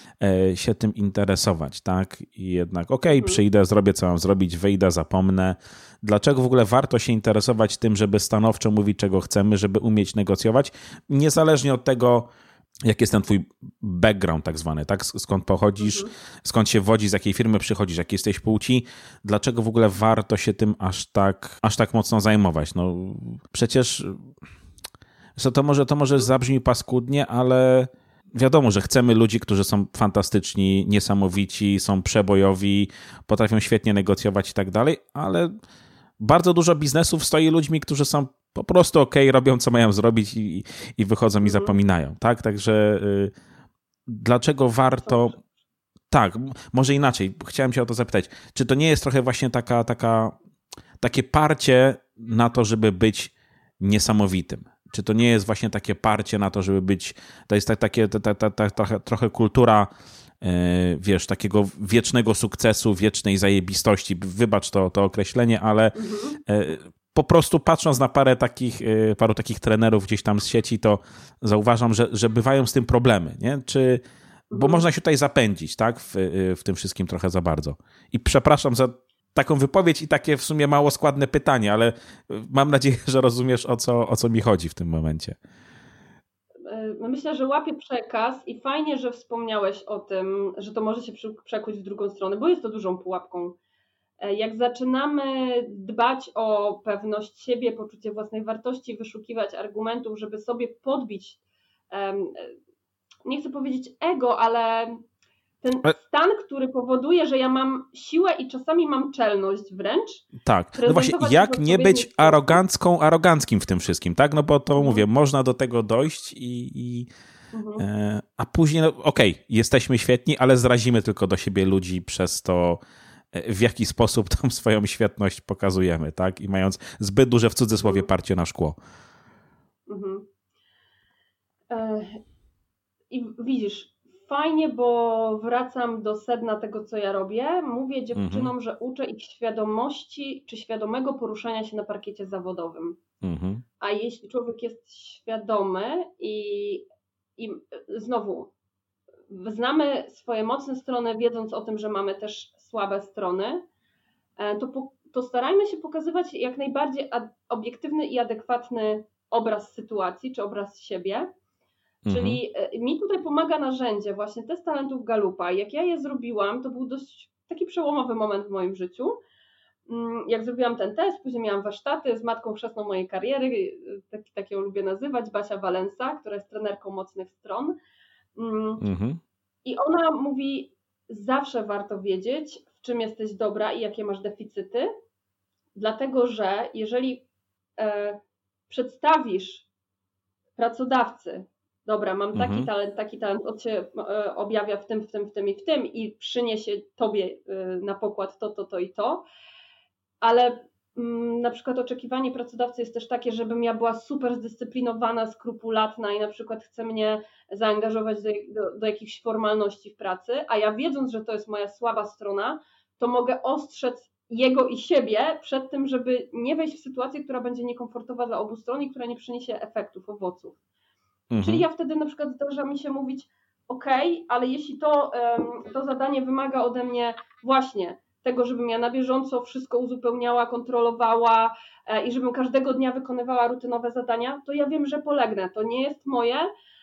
e, się tym interesować, tak? I jednak okej, okay, przyjdę, zrobię co mam zrobić, wyjdę, zapomnę. Dlaczego w ogóle warto się interesować tym, żeby stanowczo mówić, czego chcemy, żeby umieć negocjować, niezależnie od tego, jaki jest ten twój background tak zwany, tak? Skąd pochodzisz, mhm. skąd się wodzisz, z jakiej firmy przychodzisz, jakiej jesteś płci, dlaczego w ogóle warto się tym aż tak, aż tak mocno zajmować? No przecież to może, to może zabrzmi paskudnie, ale wiadomo, że chcemy ludzi, którzy są fantastyczni, niesamowici, są przebojowi, potrafią świetnie negocjować i tak dalej, ale bardzo dużo biznesów stoi ludźmi, którzy są po prostu okej, okay, robią co mają zrobić i, i wychodzą mhm. i zapominają, tak? Także y, dlaczego warto... Tak, może inaczej, chciałem cię o to zapytać. Czy to nie jest trochę właśnie taka, taka, takie parcie na to, żeby być niesamowitym? Czy to nie jest właśnie takie parcie na to, żeby być... To jest tak, takie, ta, ta, ta, ta, trochę kultura, yy, wiesz, takiego wiecznego sukcesu, wiecznej zajebistości. Wybacz to, to określenie, ale yy, po prostu patrząc na parę takich, yy, paru takich trenerów gdzieś tam z sieci, to zauważam, że, że bywają z tym problemy, nie? Czy... Bo można się tutaj zapędzić, tak, w, w tym wszystkim trochę za bardzo. I przepraszam za taką wypowiedź i takie w sumie mało składne pytanie, ale mam nadzieję, że rozumiesz, o co, o co mi chodzi w tym momencie. Myślę, że łapię przekaz i fajnie, że wspomniałeś o tym, że to może się przekuć w drugą stronę, bo jest to dużą pułapką. Jak zaczynamy dbać o pewność siebie, poczucie własnej wartości, wyszukiwać argumentów, żeby sobie podbić um, nie chcę powiedzieć ego, ale ten stan, który powoduje, że ja mam siłę i czasami mam czelność wręcz. Tak, no właśnie, jak nie być arogancką, aroganckim w tym wszystkim, tak? No bo to mhm. mówię, można do tego dojść i... i mhm. e, a później, no okej, okay, jesteśmy świetni, ale zrazimy tylko do siebie ludzi przez to, w jaki sposób tą swoją świetność pokazujemy, tak? I mając zbyt duże w cudzysłowie mhm. parcie na szkło. Mhm. E I widzisz, fajnie, bo wracam do sedna tego, co ja robię. Mówię dziewczynom, mm-hmm. że uczę ich świadomości czy świadomego poruszania się na parkiecie zawodowym. Mm-hmm. A jeśli człowiek jest świadomy i, i znowu znamy swoje mocne strony, wiedząc o tym, że mamy też słabe strony, to, po, to starajmy się pokazywać jak najbardziej ad, obiektywny i adekwatny obraz sytuacji czy obraz siebie. Czyli mi tutaj pomaga narzędzie, właśnie test talentów Gallupa. Jak ja je zrobiłam, to był dość taki przełomowy moment w moim życiu. Jak zrobiłam ten test, później miałam warsztaty z matką chrzestną mojej kariery, tak, tak ją lubię nazywać, Basia Walensa, która jest trenerką mocnych stron. Mhm. I ona mówi, zawsze warto wiedzieć, w czym jesteś dobra i jakie masz deficyty, dlatego że jeżeli e, przedstawisz pracodawcy, dobra, mam taki mhm. talent, taki talent, on się objawia w tym, w tym, w tym i w tym i przyniesie tobie na pokład to, to, to i to, ale mm, na przykład oczekiwanie pracodawcy jest też takie, żebym ja była super zdyscyplinowana, skrupulatna i na przykład chce mnie zaangażować do, do, do jakichś formalności w pracy, a ja wiedząc, że to jest moja słaba strona, to mogę ostrzec jego i siebie przed tym, żeby nie wejść w sytuację, która będzie niekomfortowa dla obu stron i która nie przyniesie efektów, owoców. Mhm. Czyli ja wtedy na przykład zdarza mi się mówić, okej, okay, ale jeśli to, to zadanie wymaga ode mnie właśnie tego, żebym ja na bieżąco wszystko uzupełniała, kontrolowała i żebym każdego dnia wykonywała rutynowe zadania, to ja wiem, że polegnę. To nie jest moje.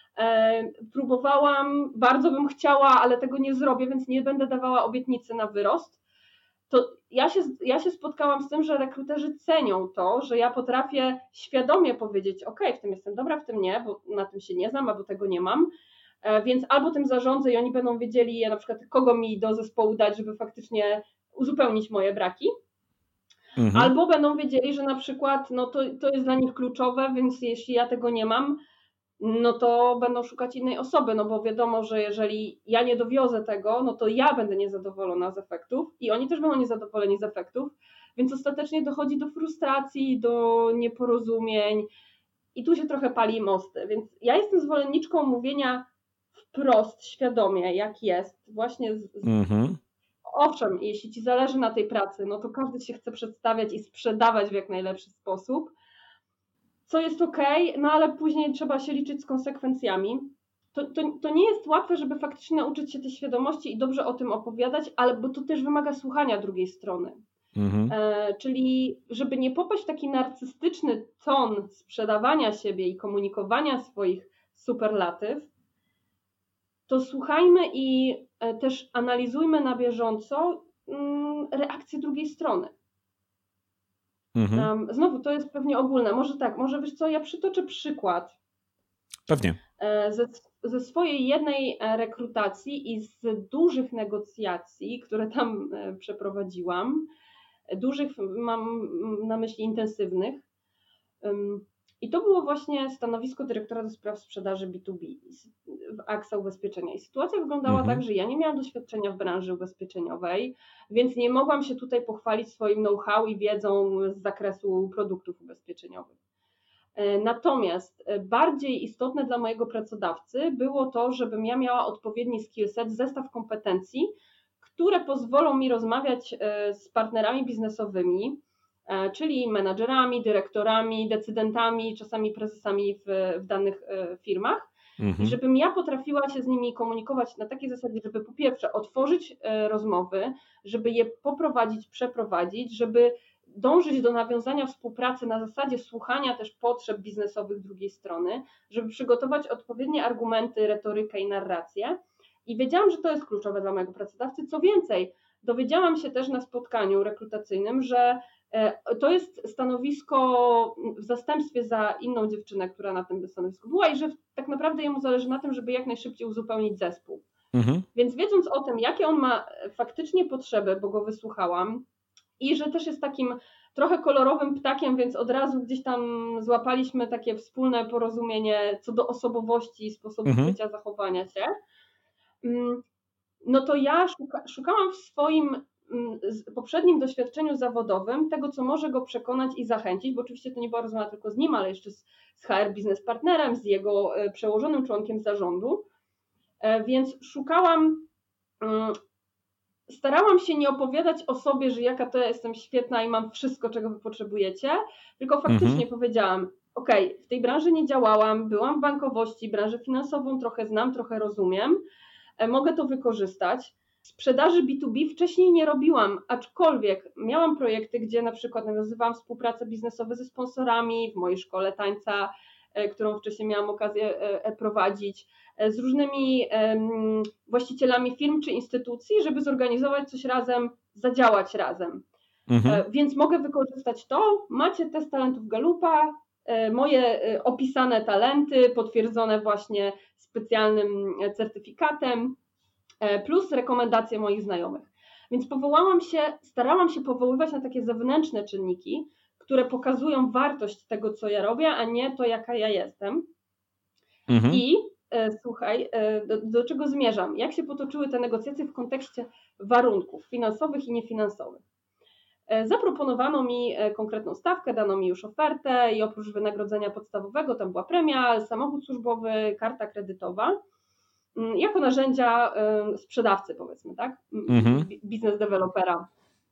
Próbowałam, bardzo bym chciała, ale tego nie zrobię, więc nie będę dawała obietnicy na wyrost. To ja się, ja się spotkałam z tym, że rekruterzy cenią to, że ja potrafię świadomie powiedzieć, ok, w tym jestem dobra, w tym nie, bo na tym się nie znam, albo tego nie mam, więc albo tym zarządzę i oni będą wiedzieli na przykład kogo mi do zespołu dać, żeby faktycznie uzupełnić moje braki, mhm. albo będą wiedzieli, że na przykład no to, to jest dla nich kluczowe, więc jeśli ja tego nie mam, no to będą szukać innej osoby, no bo wiadomo, że jeżeli ja nie dowiozę tego, no to ja będę niezadowolona z efektów i oni też będą niezadowoleni z efektów, więc ostatecznie dochodzi do frustracji, do nieporozumień i tu się trochę pali mosty, więc ja jestem zwolenniczką mówienia wprost, świadomie, jak jest, właśnie z, z... Mhm. Owszem, jeśli ci zależy na tej pracy, no to każdy się chce przedstawiać i sprzedawać w jak najlepszy sposób, co jest okej, okay, no ale później trzeba się liczyć z konsekwencjami. To, to, to nie jest łatwe, żeby faktycznie nauczyć się tej świadomości i dobrze o tym opowiadać, ale bo to też wymaga słuchania drugiej strony. Mhm. E, czyli żeby nie popaść w taki narcystyczny ton sprzedawania siebie i komunikowania swoich superlatyw, to słuchajmy i e, też analizujmy na bieżąco mm, reakcję drugiej strony. Mhm. Um, znowu, to jest pewnie ogólne. Może tak, może wiesz co, ja przytoczę przykład. Pewnie. Ze, ze swojej jednej rekrutacji i z dużych negocjacji, które tam przeprowadziłam, dużych mam na myśli intensywnych, I to było właśnie stanowisko dyrektora do spraw sprzedaży B dwa B w A X A Ubezpieczenia. I sytuacja wyglądała mhm. tak, że ja nie miałam doświadczenia w branży ubezpieczeniowej, więc nie mogłam się tutaj pochwalić swoim know-how i wiedzą z zakresu produktów ubezpieczeniowych. Natomiast bardziej istotne dla mojego pracodawcy było to, żebym ja miała odpowiedni skillset, zestaw kompetencji, które pozwolą mi rozmawiać z partnerami biznesowymi, czyli menadżerami, dyrektorami, decydentami, czasami prezesami w, w danych firmach, mhm. żebym ja potrafiła się z nimi komunikować na takiej zasadzie, żeby po pierwsze otworzyć rozmowy, żeby je poprowadzić, przeprowadzić, żeby dążyć do nawiązania współpracy na zasadzie słuchania też potrzeb biznesowych drugiej strony, żeby przygotować odpowiednie argumenty, retorykę i narrację. I wiedziałam, że to jest kluczowe dla mojego pracodawcy. Co więcej, dowiedziałam się też na spotkaniu rekrutacyjnym, że to jest stanowisko w zastępstwie za inną dziewczynę, która na tym stanowisku była i że tak naprawdę jemu zależy na tym, żeby jak najszybciej uzupełnić zespół. Mhm. Więc wiedząc o tym, jakie on ma faktycznie potrzeby, bo go wysłuchałam i że też jest takim trochę kolorowym ptakiem, więc od razu gdzieś tam złapaliśmy takie wspólne porozumienie co do osobowości i sposobu mhm. bycia, zachowania się, no to ja szuka, szukałam w swoim poprzednim doświadczeniu zawodowym tego, co może go przekonać i zachęcić, bo oczywiście to nie była rozmowa tylko z nim, ale jeszcze z, z H R biznes partnerem, z jego przełożonym członkiem zarządu, więc szukałam, starałam się nie opowiadać o sobie, że jaka to ja jestem świetna i mam wszystko, czego wy potrzebujecie, tylko faktycznie mhm. powiedziałam, okej, okay, w tej branży nie działałam, byłam w bankowości, branżę finansową trochę znam, trochę rozumiem, mogę to wykorzystać. Sprzedaży B dwa B wcześniej nie robiłam, aczkolwiek miałam projekty, gdzie na przykład nawiązywałam współpracę biznesową ze sponsorami w mojej szkole tańca, którą wcześniej miałam okazję prowadzić, z różnymi właścicielami firm czy instytucji, żeby zorganizować coś razem, zadziałać razem. Mhm. Więc mogę wykorzystać to. Macie test talentów Gallupa, moje opisane talenty, potwierdzone właśnie specjalnym certyfikatem, plus rekomendacje moich znajomych. Więc powołałam się, starałam się powoływać na takie zewnętrzne czynniki, które pokazują wartość tego, co ja robię, a nie to, jaka ja jestem. Mhm. I e, słuchaj, e, do, do czego zmierzam? Jak się potoczyły te negocjacje w kontekście warunków finansowych i niefinansowych? E, zaproponowano mi e, konkretną stawkę, dano mi już ofertę i oprócz wynagrodzenia podstawowego, tam była premia, samochód służbowy, karta kredytowa, jako narzędzia sprzedawcy, powiedzmy, tak? Mhm. Biznes dewelopera.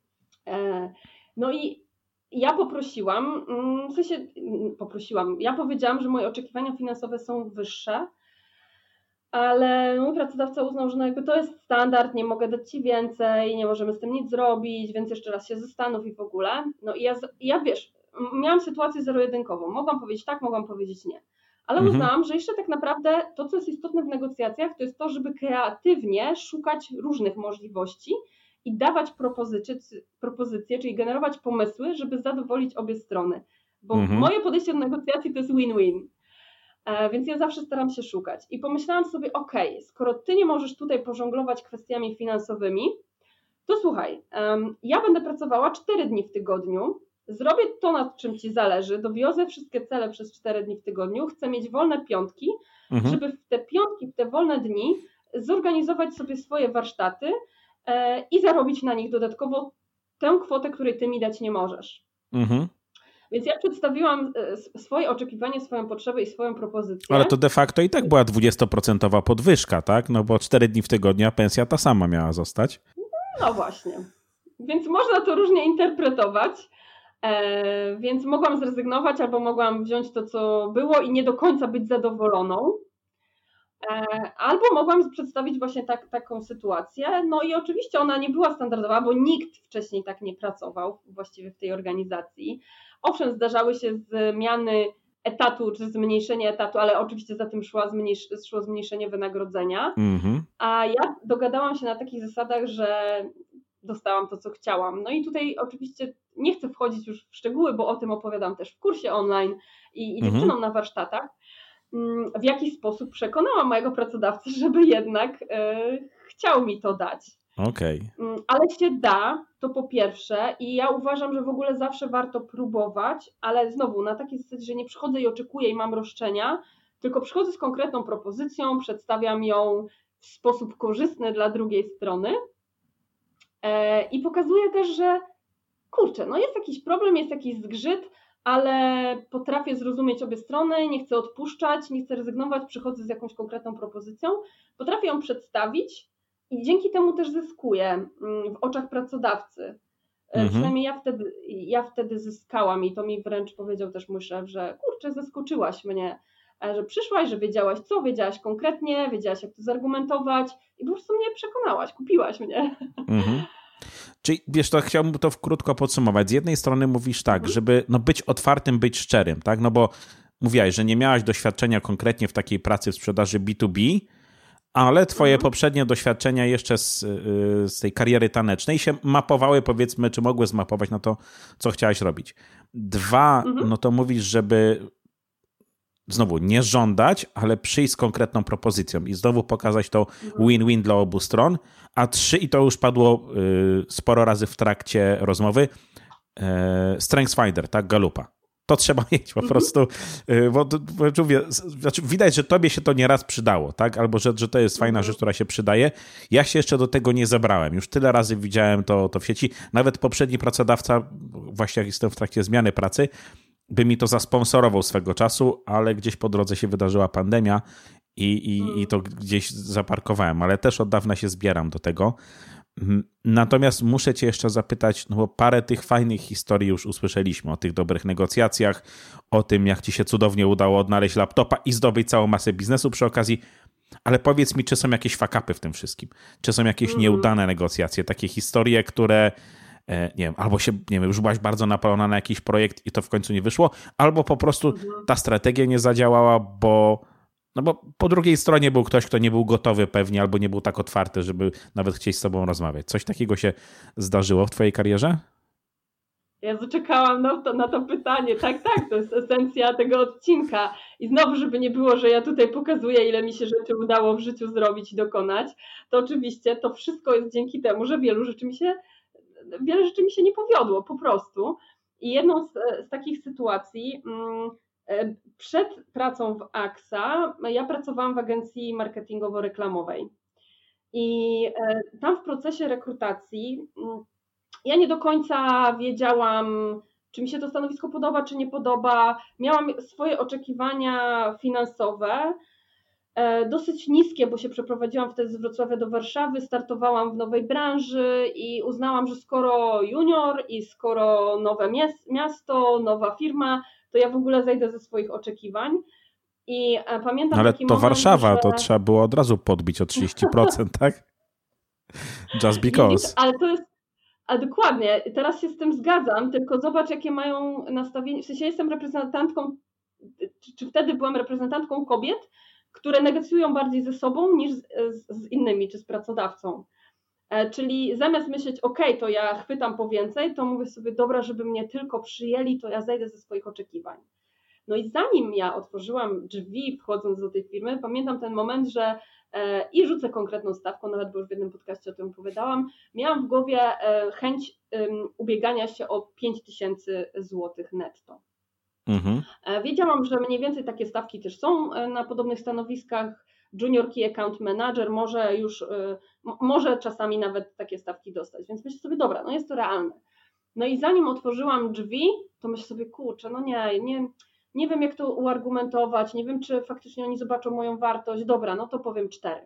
No i ja poprosiłam, w sensie poprosiłam, ja powiedziałam, że moje oczekiwania finansowe są wyższe, ale mój pracodawca uznał, że no jakby to jest standard, nie mogę dać ci więcej, nie możemy z tym nic zrobić, więc jeszcze raz się zastanów i w ogóle. No i ja, ja wiesz, miałam sytuację zero-jedynkową, mogłam powiedzieć tak, mogłam powiedzieć nie. Ale mhm. uznałam, że jeszcze tak naprawdę to, co jest istotne w negocjacjach, to jest to, żeby kreatywnie szukać różnych możliwości i dawać propozycje, propozycje, czyli generować pomysły, żeby zadowolić obie strony. Bo mhm. moje podejście do negocjacji to jest win-win. E, więc ja zawsze staram się szukać. I pomyślałam sobie, okej, okay, skoro ty nie możesz tutaj pożonglować kwestiami finansowymi, to słuchaj, um, ja będę pracowała cztery dni w tygodniu, zrobię to, nad czym ci zależy, dowiozę wszystkie cele przez cztery dni w tygodniu, chcę mieć wolne piątki, mhm. żeby w te piątki, w te wolne dni zorganizować sobie swoje warsztaty e, i zarobić na nich dodatkowo tę kwotę, której ty mi dać nie możesz. Mhm. Więc ja przedstawiłam swoje oczekiwanie, swoją potrzebę i swoją propozycję. Ale to de facto i tak była dwudziestoprocentowa podwyżka, tak? No bo cztery dni w tygodniu, a pensja ta sama miała zostać. No właśnie. Więc można to różnie interpretować. E, więc mogłam zrezygnować albo mogłam wziąć to, co było i nie do końca być zadowoloną. E, albo mogłam przedstawić właśnie tak, taką sytuację. No i oczywiście ona nie była standardowa, bo nikt wcześniej tak nie pracował właściwie w tej organizacji. Owszem, zdarzały się zmiany etatu czy zmniejszenie etatu, ale oczywiście za tym szło, zmniejsz- szło zmniejszenie wynagrodzenia. Mm-hmm. A ja dogadałam się na takich zasadach, że dostałam to, co chciałam. No i tutaj oczywiście nie chcę wchodzić już w szczegóły, bo o tym opowiadam też w kursie online i, i dziewczynom mm-hmm. na warsztatach, w jaki sposób przekonałam mojego pracodawcę, żeby jednak e, chciał mi to dać. Okej. Okay. Ale się da, to po pierwsze, i ja uważam, że w ogóle zawsze warto próbować, ale znowu na takiej zasadzie, że nie przychodzę i oczekuję i mam roszczenia, tylko przychodzę z konkretną propozycją, przedstawiam ją w sposób korzystny dla drugiej strony e, i pokazuję też, że kurczę, no jest jakiś problem, jest jakiś zgrzyt, ale potrafię zrozumieć obie strony, nie chcę odpuszczać, nie chcę rezygnować, przychodzę z jakąś konkretną propozycją, potrafię ją przedstawić i dzięki temu też zyskuję w oczach pracodawcy. Mhm. Przynajmniej ja wtedy, ja wtedy zyskałam i to mi wręcz powiedział też mój szef, że kurczę, zaskoczyłaś mnie, że przyszłaś, że wiedziałaś co, wiedziałaś konkretnie, wiedziałaś jak to zargumentować i po prostu mnie przekonałaś, kupiłaś mnie. Mhm. Czyli wiesz, to chciałbym to krótko podsumować. Z jednej strony mówisz tak, żeby no, być otwartym, być szczerym, tak? No bo mówiłaś, że nie miałaś doświadczenia konkretnie w takiej pracy w sprzedaży B dwa B, ale twoje mhm. poprzednie doświadczenia jeszcze z, z tej kariery tanecznej się mapowały, powiedzmy, czy mogły zmapować na to, co chciałaś robić. Dwa, mhm. no to mówisz, żeby znowu nie żądać, ale przyjść z konkretną propozycją i znowu pokazać to win-win dla obu stron. A trzy, i to już padło y, sporo razy w trakcie rozmowy, y, StrengthsFinder, tak, Galupa. To trzeba mieć po mm-hmm. prostu, y, bo, bo mówię, znaczy widać, że tobie się to nieraz przydało, tak, albo że, że to jest fajna mm-hmm. rzecz, która się przydaje. Ja się jeszcze do tego nie zabrałem. Już tyle razy widziałem to, to w sieci. Nawet poprzedni pracodawca, właśnie jak jestem w trakcie zmiany pracy, by mi to zasponsorował swego czasu, ale gdzieś po drodze się wydarzyła pandemia i, i, i to gdzieś zaparkowałem, ale też od dawna się zbieram do tego. Natomiast muszę cię jeszcze zapytać, no bo parę tych fajnych historii już usłyszeliśmy, o tych dobrych negocjacjach, o tym, jak ci się cudownie udało odnaleźć laptopa i zdobyć całą masę biznesu przy okazji, ale powiedz mi, czy są jakieś fuck-upy w tym wszystkim? Czy są jakieś nieudane negocjacje, takie historie, które nie wiem, albo się, nie wiem, już byłaś bardzo napalona na jakiś projekt i to w końcu nie wyszło, albo po prostu mhm. ta strategia nie zadziałała, bo no bo po drugiej stronie był ktoś, kto nie był gotowy pewnie, albo nie był tak otwarty, żeby nawet chcieć z tobą rozmawiać. Coś takiego się zdarzyło w twojej karierze? Ja zaczekałam na to, na to pytanie. Tak, tak, to jest esencja tego odcinka. I znowu, żeby nie było, że ja tutaj pokazuję, ile mi się rzeczy udało w życiu zrobić i dokonać, to oczywiście to wszystko jest dzięki temu, że wielu rzeczy mi się wiele rzeczy mi się nie powiodło, po prostu. I jedną z, z takich sytuacji, przed pracą w A X A, ja pracowałam w agencji marketingowo-reklamowej. I tam w procesie rekrutacji ja nie do końca wiedziałam, czy mi się to stanowisko podoba, czy nie podoba. Miałam swoje oczekiwania finansowe, dosyć niskie, bo się przeprowadziłam wtedy z Wrocławia do Warszawy, startowałam w nowej branży i uznałam, że skoro junior i skoro nowe miasto, nowa firma, to ja w ogóle zejdę ze swoich oczekiwań. I pamiętam Ale taki to moment, Warszawa, że... to trzeba było od razu podbić o trzydzieści procent, tak? Just because. Ale to jest, a dokładnie, teraz się z tym zgadzam, tylko zobacz, jakie mają nastawienie, w sensie jestem reprezentantką, czy, czy wtedy byłam reprezentantką kobiet, które negocjują bardziej ze sobą niż z, z, z innymi, czy z pracodawcą. E, czyli zamiast myśleć, ok, to ja chwytam po więcej, to mówię sobie, dobra, żeby mnie tylko przyjęli, to ja zejdę ze swoich oczekiwań. No i zanim ja otworzyłam drzwi, wchodząc do tej firmy, pamiętam ten moment, że e, i rzucę konkretną stawką, nawet bo już w jednym podcaście o tym opowiadałam, miałam w głowie e, chęć e, ubiegania się o pięć tysięcy złotych netto. Mhm. Wiedziałam, że mniej więcej takie stawki też są na podobnych stanowiskach. Junior Key Account Manager może już, może czasami nawet takie stawki dostać, więc myślę sobie, dobra, no jest to realne. No i zanim otworzyłam drzwi, to myślę sobie, kurczę, no nie, nie, nie wiem jak to uargumentować, nie wiem czy faktycznie oni zobaczą moją wartość, dobra, no to powiem cztery.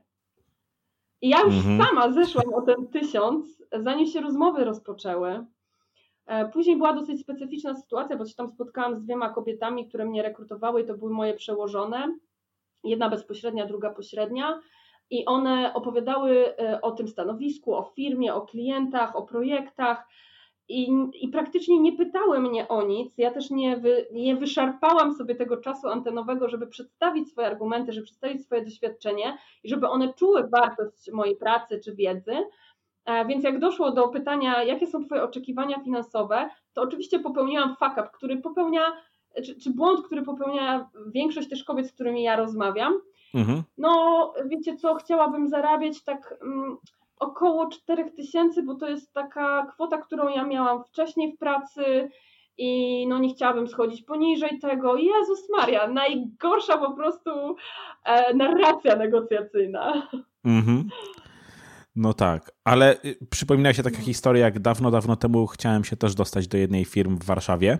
I ja już mhm. sama zeszłam o ten tysiąc, zanim się rozmowy rozpoczęły. Później była dosyć specyficzna sytuacja, bo się tam spotkałam z dwiema kobietami, które mnie rekrutowały i to były moje przełożone. Jedna bezpośrednia, druga pośrednia. I one opowiadały o tym stanowisku, o firmie, o klientach, o projektach i, i praktycznie nie pytały mnie o nic. Ja też nie, wy, nie wyszarpałam sobie tego czasu antenowego, żeby przedstawić swoje argumenty, żeby przedstawić swoje doświadczenie i żeby one czuły wartość mojej pracy czy wiedzy. Więc jak doszło do pytania, jakie są twoje oczekiwania finansowe, to oczywiście popełniłam fuck up, który popełnia, czy, czy błąd, który popełnia większość też kobiet, z którymi ja rozmawiam. Mhm. No wiecie co, chciałabym zarabiać tak, około cztery tysiące, bo to jest taka kwota, którą ja miałam wcześniej w pracy i no nie chciałabym schodzić poniżej tego. Jezus Maria, najgorsza po prostu e, narracja negocjacyjna. Mhm. No tak, ale przypomina się taka historia, jak dawno, dawno temu chciałem się też dostać do jednej firmy w Warszawie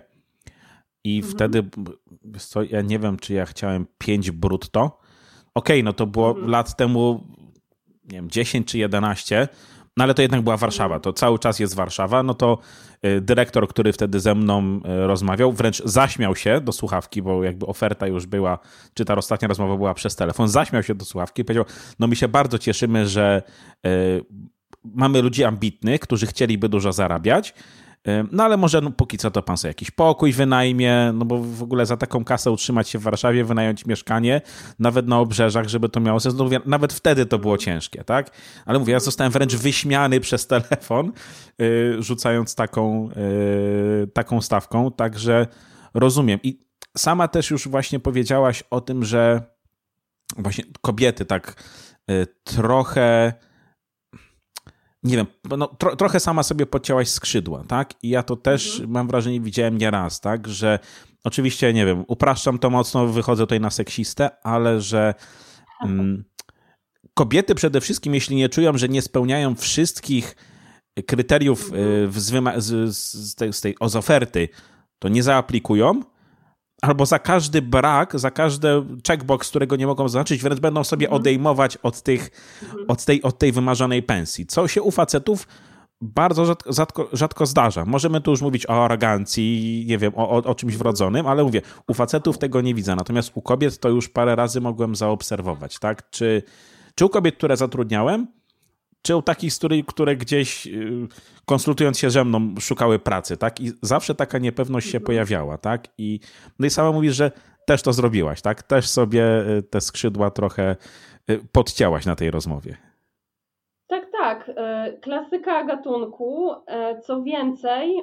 i mhm. wtedy, wiesz co, ja nie wiem, czy ja chciałem pięć brutto. Okej, okay, no to było mhm. lat temu, nie wiem, dziesięć czy jedenaście, no ale to jednak była Warszawa, to cały czas jest Warszawa, no to dyrektor, który wtedy ze mną rozmawiał, wręcz zaśmiał się do słuchawki, bo jakby oferta już była, czy ta ostatnia rozmowa była przez telefon, zaśmiał się do słuchawki i powiedział, no my się bardzo cieszymy, że y, mamy ludzi ambitnych, którzy chcieliby dużo zarabiać, no ale może no, póki co to pan sobie jakiś pokój wynajmie, no bo w ogóle za taką kasę utrzymać się w Warszawie, wynająć mieszkanie, nawet na obrzeżach, żeby to miało sens. No, mówię, nawet wtedy to było ciężkie, tak? Ale mówię, ja zostałem wręcz wyśmiany przez telefon, yy, rzucając taką, yy, taką stawką, także rozumiem. I sama też już właśnie powiedziałaś o tym, że właśnie kobiety tak yy, trochę... Nie wiem, no, tro, trochę sama sobie podcięłaś skrzydła, tak? I ja to też, mhm. mam wrażenie, widziałem nieraz, tak? Że oczywiście, nie wiem, upraszczam to mocno, wychodzę tutaj na seksistę, ale że mm, kobiety przede wszystkim, jeśli nie czują, że nie spełniają wszystkich kryteriów mhm. z, z, z, tej, z tej z oferty, to nie zaaplikują, albo za każdy brak, za każdy checkbox, którego nie mogą zaznaczyć, wręcz będą sobie mhm. odejmować od, tych, mhm. od, tej, od tej wymarzonej pensji. Co się u facetów bardzo rzadko, rzadko, rzadko zdarza. Możemy tu już mówić o arogancji, nie wiem, o, o, o czymś wrodzonym, ale mówię, u facetów tego nie widzę. Natomiast u kobiet to już parę razy mogłem zaobserwować. Tak? Czy, czy u kobiet, które zatrudniałem, czy u takich, które gdzieś konsultując się ze mną szukały pracy, tak? I zawsze taka niepewność się pojawiała, tak? I, no i sama mówisz, że też to zrobiłaś, tak? Też sobie te skrzydła trochę podcięłaś na tej rozmowie. Tak, tak. Klasyka gatunku. Co więcej,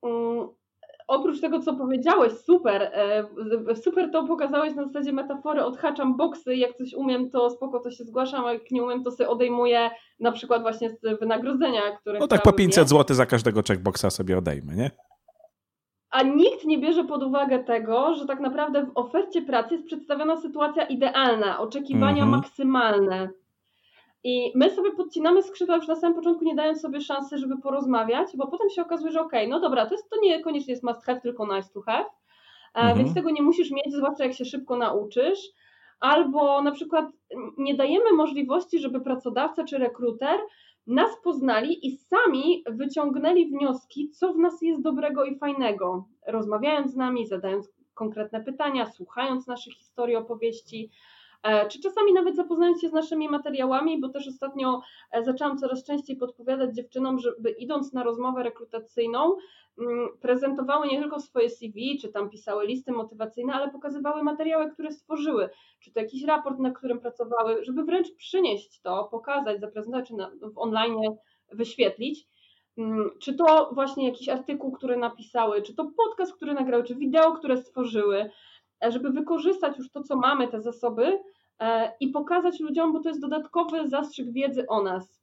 oprócz tego, co powiedziałeś, super, super to pokazałeś na zasadzie metafory, odhaczam boksy, jak coś umiem, to spoko, to się zgłaszam, a jak nie umiem, to sobie odejmuję na przykład właśnie z wynagrodzenia, które no tak po pięćset złotych za każdego checkboxa sobie odejmę, nie? A nikt nie bierze pod uwagę tego, że tak naprawdę w ofercie pracy jest przedstawiona sytuacja idealna, oczekiwania mm-hmm. maksymalne. I my sobie podcinamy skrzydła już na samym początku, nie dając sobie szansy, żeby porozmawiać, bo potem się okazuje, że okej, okay, no dobra, to, jest, to niekoniecznie jest must have, tylko nice to have, mhm. więc tego nie musisz mieć, zwłaszcza jak się szybko nauczysz. Albo na przykład nie dajemy możliwości, żeby pracodawca czy rekruter nas poznali i sami wyciągnęli wnioski, co w nas jest dobrego i fajnego, rozmawiając z nami, zadając konkretne pytania, słuchając naszych historii, opowieści, czy czasami nawet zapoznając się z naszymi materiałami, bo też ostatnio zaczęłam coraz częściej podpowiadać dziewczynom, żeby idąc na rozmowę rekrutacyjną prezentowały nie tylko swoje C V, czy tam pisały listy motywacyjne, ale pokazywały materiały, które stworzyły, czy to jakiś raport, na którym pracowały, żeby wręcz przynieść to, pokazać, zaprezentować, czy na, w online wyświetlić, czy to właśnie jakiś artykuł, który napisały, czy to podcast, który nagrały, czy wideo, które stworzyły, żeby wykorzystać już to, co mamy, te zasoby i pokazać ludziom, bo to jest dodatkowy zastrzyk wiedzy o nas,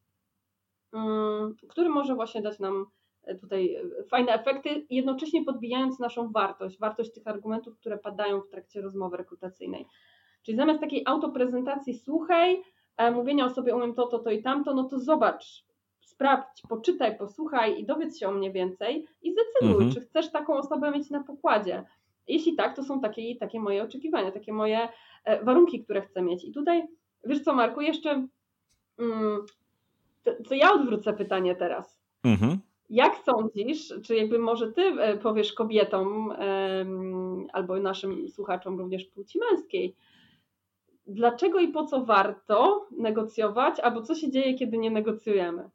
który może właśnie dać nam tutaj fajne efekty, jednocześnie podbijając naszą wartość, wartość tych argumentów, które padają w trakcie rozmowy rekrutacyjnej. Czyli zamiast takiej autoprezentacji słuchaj, mówienia o sobie umiem to, to, to i tamto, no to zobacz, sprawdź, poczytaj, posłuchaj i dowiedz się o mnie więcej i zdecyduj, mhm. czy chcesz taką osobę mieć na pokładzie. Jeśli tak, to są takie, takie moje oczekiwania, takie moje warunki, które chcę mieć. I tutaj, wiesz co, Marku, jeszcze mm, to, to ja odwrócę pytanie teraz. Mhm. Jak sądzisz, czy jakby może ty powiesz kobietom um, albo naszym słuchaczom również płci męskiej, dlaczego i po co warto negocjować, albo co się dzieje, kiedy nie negocjujemy?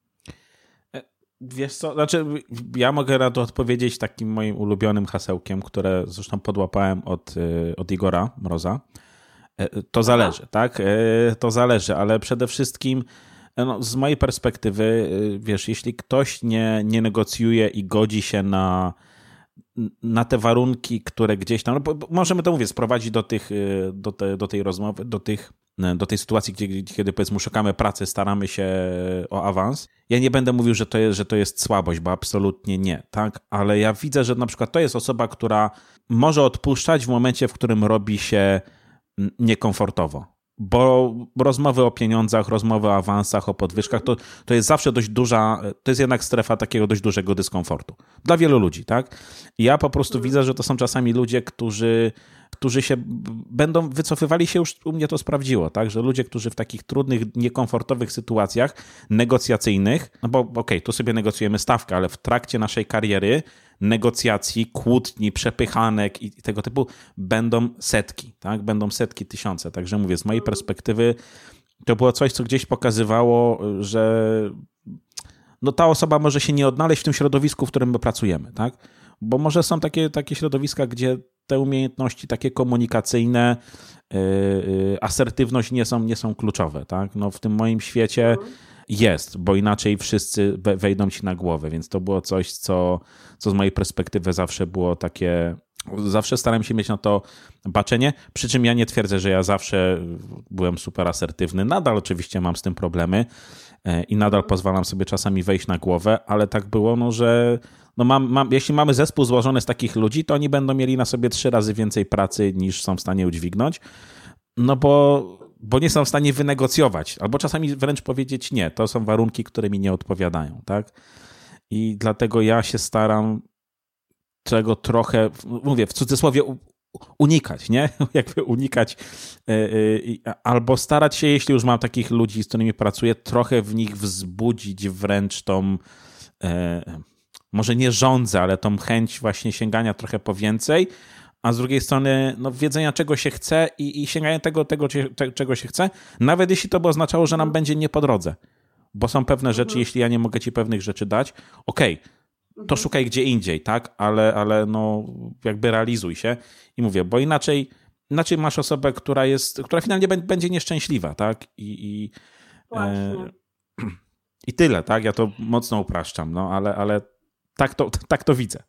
Wiesz co, znaczy ja mogę na to odpowiedzieć takim moim ulubionym hasełkiem, które zresztą podłapałem od, od Igora Mroza. To zależy, Aha. tak? To zależy, ale przede wszystkim no, z mojej perspektywy, wiesz, jeśli ktoś nie, nie negocjuje i godzi się na, na te warunki, które gdzieś tam, no, możemy to mówię, sprowadzić do tych, do, te, do tej rozmowy, do tych do tej sytuacji, kiedy, kiedy powiedzmy szukamy pracy, staramy się o awans. Ja nie będę mówił, że to jest, że to jest słabość, bo absolutnie nie, tak? Ale ja widzę, że na przykład to jest osoba, która może odpuszczać w momencie, w którym robi się niekomfortowo. Bo rozmowy o pieniądzach, rozmowy o awansach, o podwyżkach, to, to jest zawsze dość duża, to jest jednak strefa takiego dość dużego dyskomfortu. Dla wielu ludzi, tak? I ja po prostu widzę, że to są czasami ludzie, którzy, którzy się będą wycofywali się, już u mnie to sprawdziło, tak? Że ludzie, którzy w takich trudnych, niekomfortowych sytuacjach negocjacyjnych, no bo okej, okay, tu sobie negocjujemy stawkę, ale w trakcie naszej kariery negocjacji, kłótni, przepychanek i tego typu będą setki, tak? Będą setki, tysiące. Także mówię, z mojej perspektywy to było coś, co gdzieś pokazywało, że no ta osoba może się nie odnaleźć w tym środowisku, w którym my pracujemy, tak? Bo może są takie, takie środowiska, gdzie te umiejętności takie komunikacyjne, yy, yy, asertywność nie są, nie są kluczowe, tak? No w tym moim świecie jest, bo inaczej wszyscy wejdą ci na głowę, więc to było coś, co, co z mojej perspektywy zawsze było takie, zawsze starałem się mieć na to baczenie, przy czym ja nie twierdzę, że ja zawsze byłem super asertywny, nadal oczywiście mam z tym problemy i nadal pozwalam sobie czasami wejść na głowę, ale tak było, no, że no mam, mam, jeśli mamy zespół złożony z takich ludzi, to oni będą mieli na sobie trzy razy więcej pracy niż są w stanie udźwignąć, no bo bo nie są w stanie wynegocjować, albo czasami wręcz powiedzieć nie, to są warunki, które mi nie odpowiadają, tak? I dlatego ja się staram czego trochę, mówię, w cudzysłowie unikać, nie? Jakby unikać albo starać się, jeśli już mam takich ludzi, z którymi pracuję, trochę w nich wzbudzić wręcz tą, może nie żądzę, ale tą chęć właśnie sięgania trochę po więcej, a z drugiej strony no, wiedzenia, czego się chce i, i sięgania tego, tego te, czego się chce, nawet jeśli to by oznaczało, że nam będzie nie po drodze. Bo są pewne rzeczy, mhm. jeśli ja nie mogę ci pewnych rzeczy dać, okej, okay, to mhm. szukaj gdzie indziej, tak? Ale, ale no jakby realizuj się. I mówię, bo inaczej, inaczej masz osobę, która jest, która finalnie będzie nieszczęśliwa, tak? I, i, e, i tyle, tak? Ja to mocno upraszczam, no ale, ale tak, to, tak to widzę.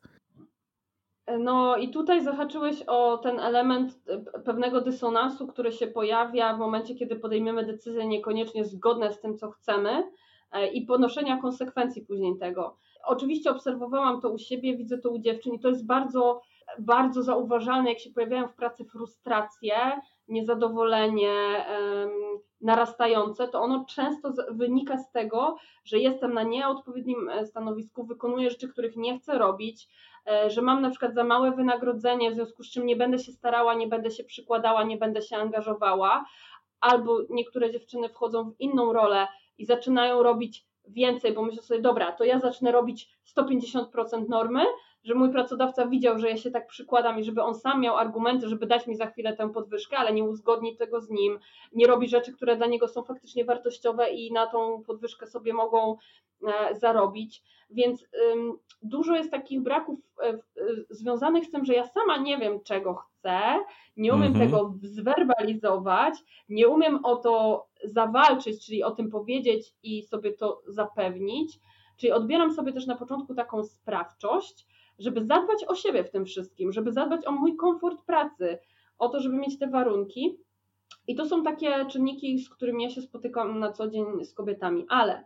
No i tutaj zahaczyłeś o ten element pewnego dysonansu, który się pojawia w momencie, kiedy podejmiemy decyzje niekoniecznie zgodne z tym, co chcemy i ponoszenia konsekwencji później tego. Oczywiście obserwowałam to u siebie, widzę to u dziewczyn i to jest bardzo, bardzo zauważalne, jak się pojawiają w pracy frustracje, niezadowolenie um, narastające, to ono często wynika z tego, że jestem na nieodpowiednim stanowisku, wykonuję rzeczy, których nie chcę robić, że mam na przykład za małe wynagrodzenie, w związku z czym nie będę się starała, nie będę się przykładała, nie będę się angażowała, albo niektóre dziewczyny wchodzą w inną rolę i zaczynają robić więcej, bo myślę sobie, dobra, to ja zacznę robić sto pięćdziesiąt procent normy, że mój pracodawca widział, że ja się tak przykładam i żeby on sam miał argumenty, żeby dać mi za chwilę tę podwyżkę, ale nie uzgodni tego z nim, nie robi rzeczy, które dla niego są faktycznie wartościowe i na tą podwyżkę sobie mogą e, zarobić. Więc ym, dużo jest takich braków y, y, związanych z tym, że ja sama nie wiem, czego chcę, nie umiem mhm. tego zwerbalizować, nie umiem o to zawalczyć, czyli o tym powiedzieć i sobie to zapewnić, czyli odbieram sobie też na początku taką sprawczość, żeby zadbać o siebie w tym wszystkim, żeby zadbać o mój komfort pracy, o to, żeby mieć te warunki. I to są takie czynniki, z którymi ja się spotykam na co dzień z kobietami, ale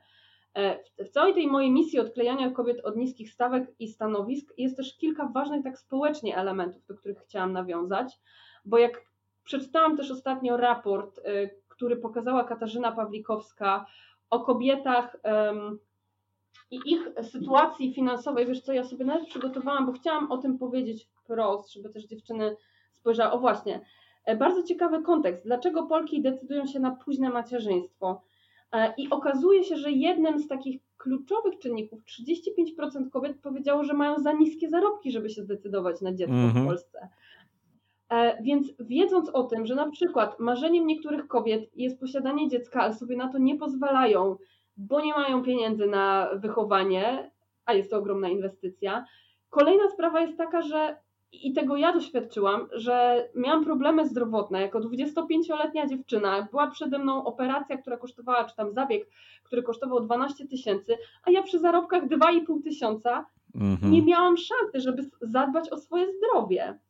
w całej tej mojej misji odklejania kobiet od niskich stawek i stanowisk jest też kilka ważnych tak społecznie elementów, do których chciałam nawiązać, bo jak przeczytałam też ostatnio raport, który pokazała Katarzyna Pawlikowska o kobietach um, i ich sytuacji finansowej, wiesz co, ja sobie nawet przygotowałam, bo chciałam o tym powiedzieć wprost, żeby też dziewczyny spojrzały, o właśnie, bardzo ciekawy kontekst, dlaczego Polki decydują się na późne macierzyństwo. I okazuje się, że jednym z takich kluczowych czynników, trzydzieści pięć procent kobiet powiedziało, że mają za niskie zarobki, żeby się zdecydować na dziecko mm-hmm. w Polsce. Więc wiedząc o tym, że na przykład marzeniem niektórych kobiet jest posiadanie dziecka, ale sobie na to nie pozwalają, bo nie mają pieniędzy na wychowanie, a jest to ogromna inwestycja. Kolejna sprawa jest taka, że i tego ja doświadczyłam, że miałam problemy zdrowotne. Jako dwudziestopięcioletnia dziewczyna była przede mną operacja, która kosztowała, czy tam zabieg, który kosztował dwanaście tysięcy, a ja przy zarobkach dwa i pół tysiąca mm-hmm. nie miałam szansy, żeby zadbać o swoje zdrowie.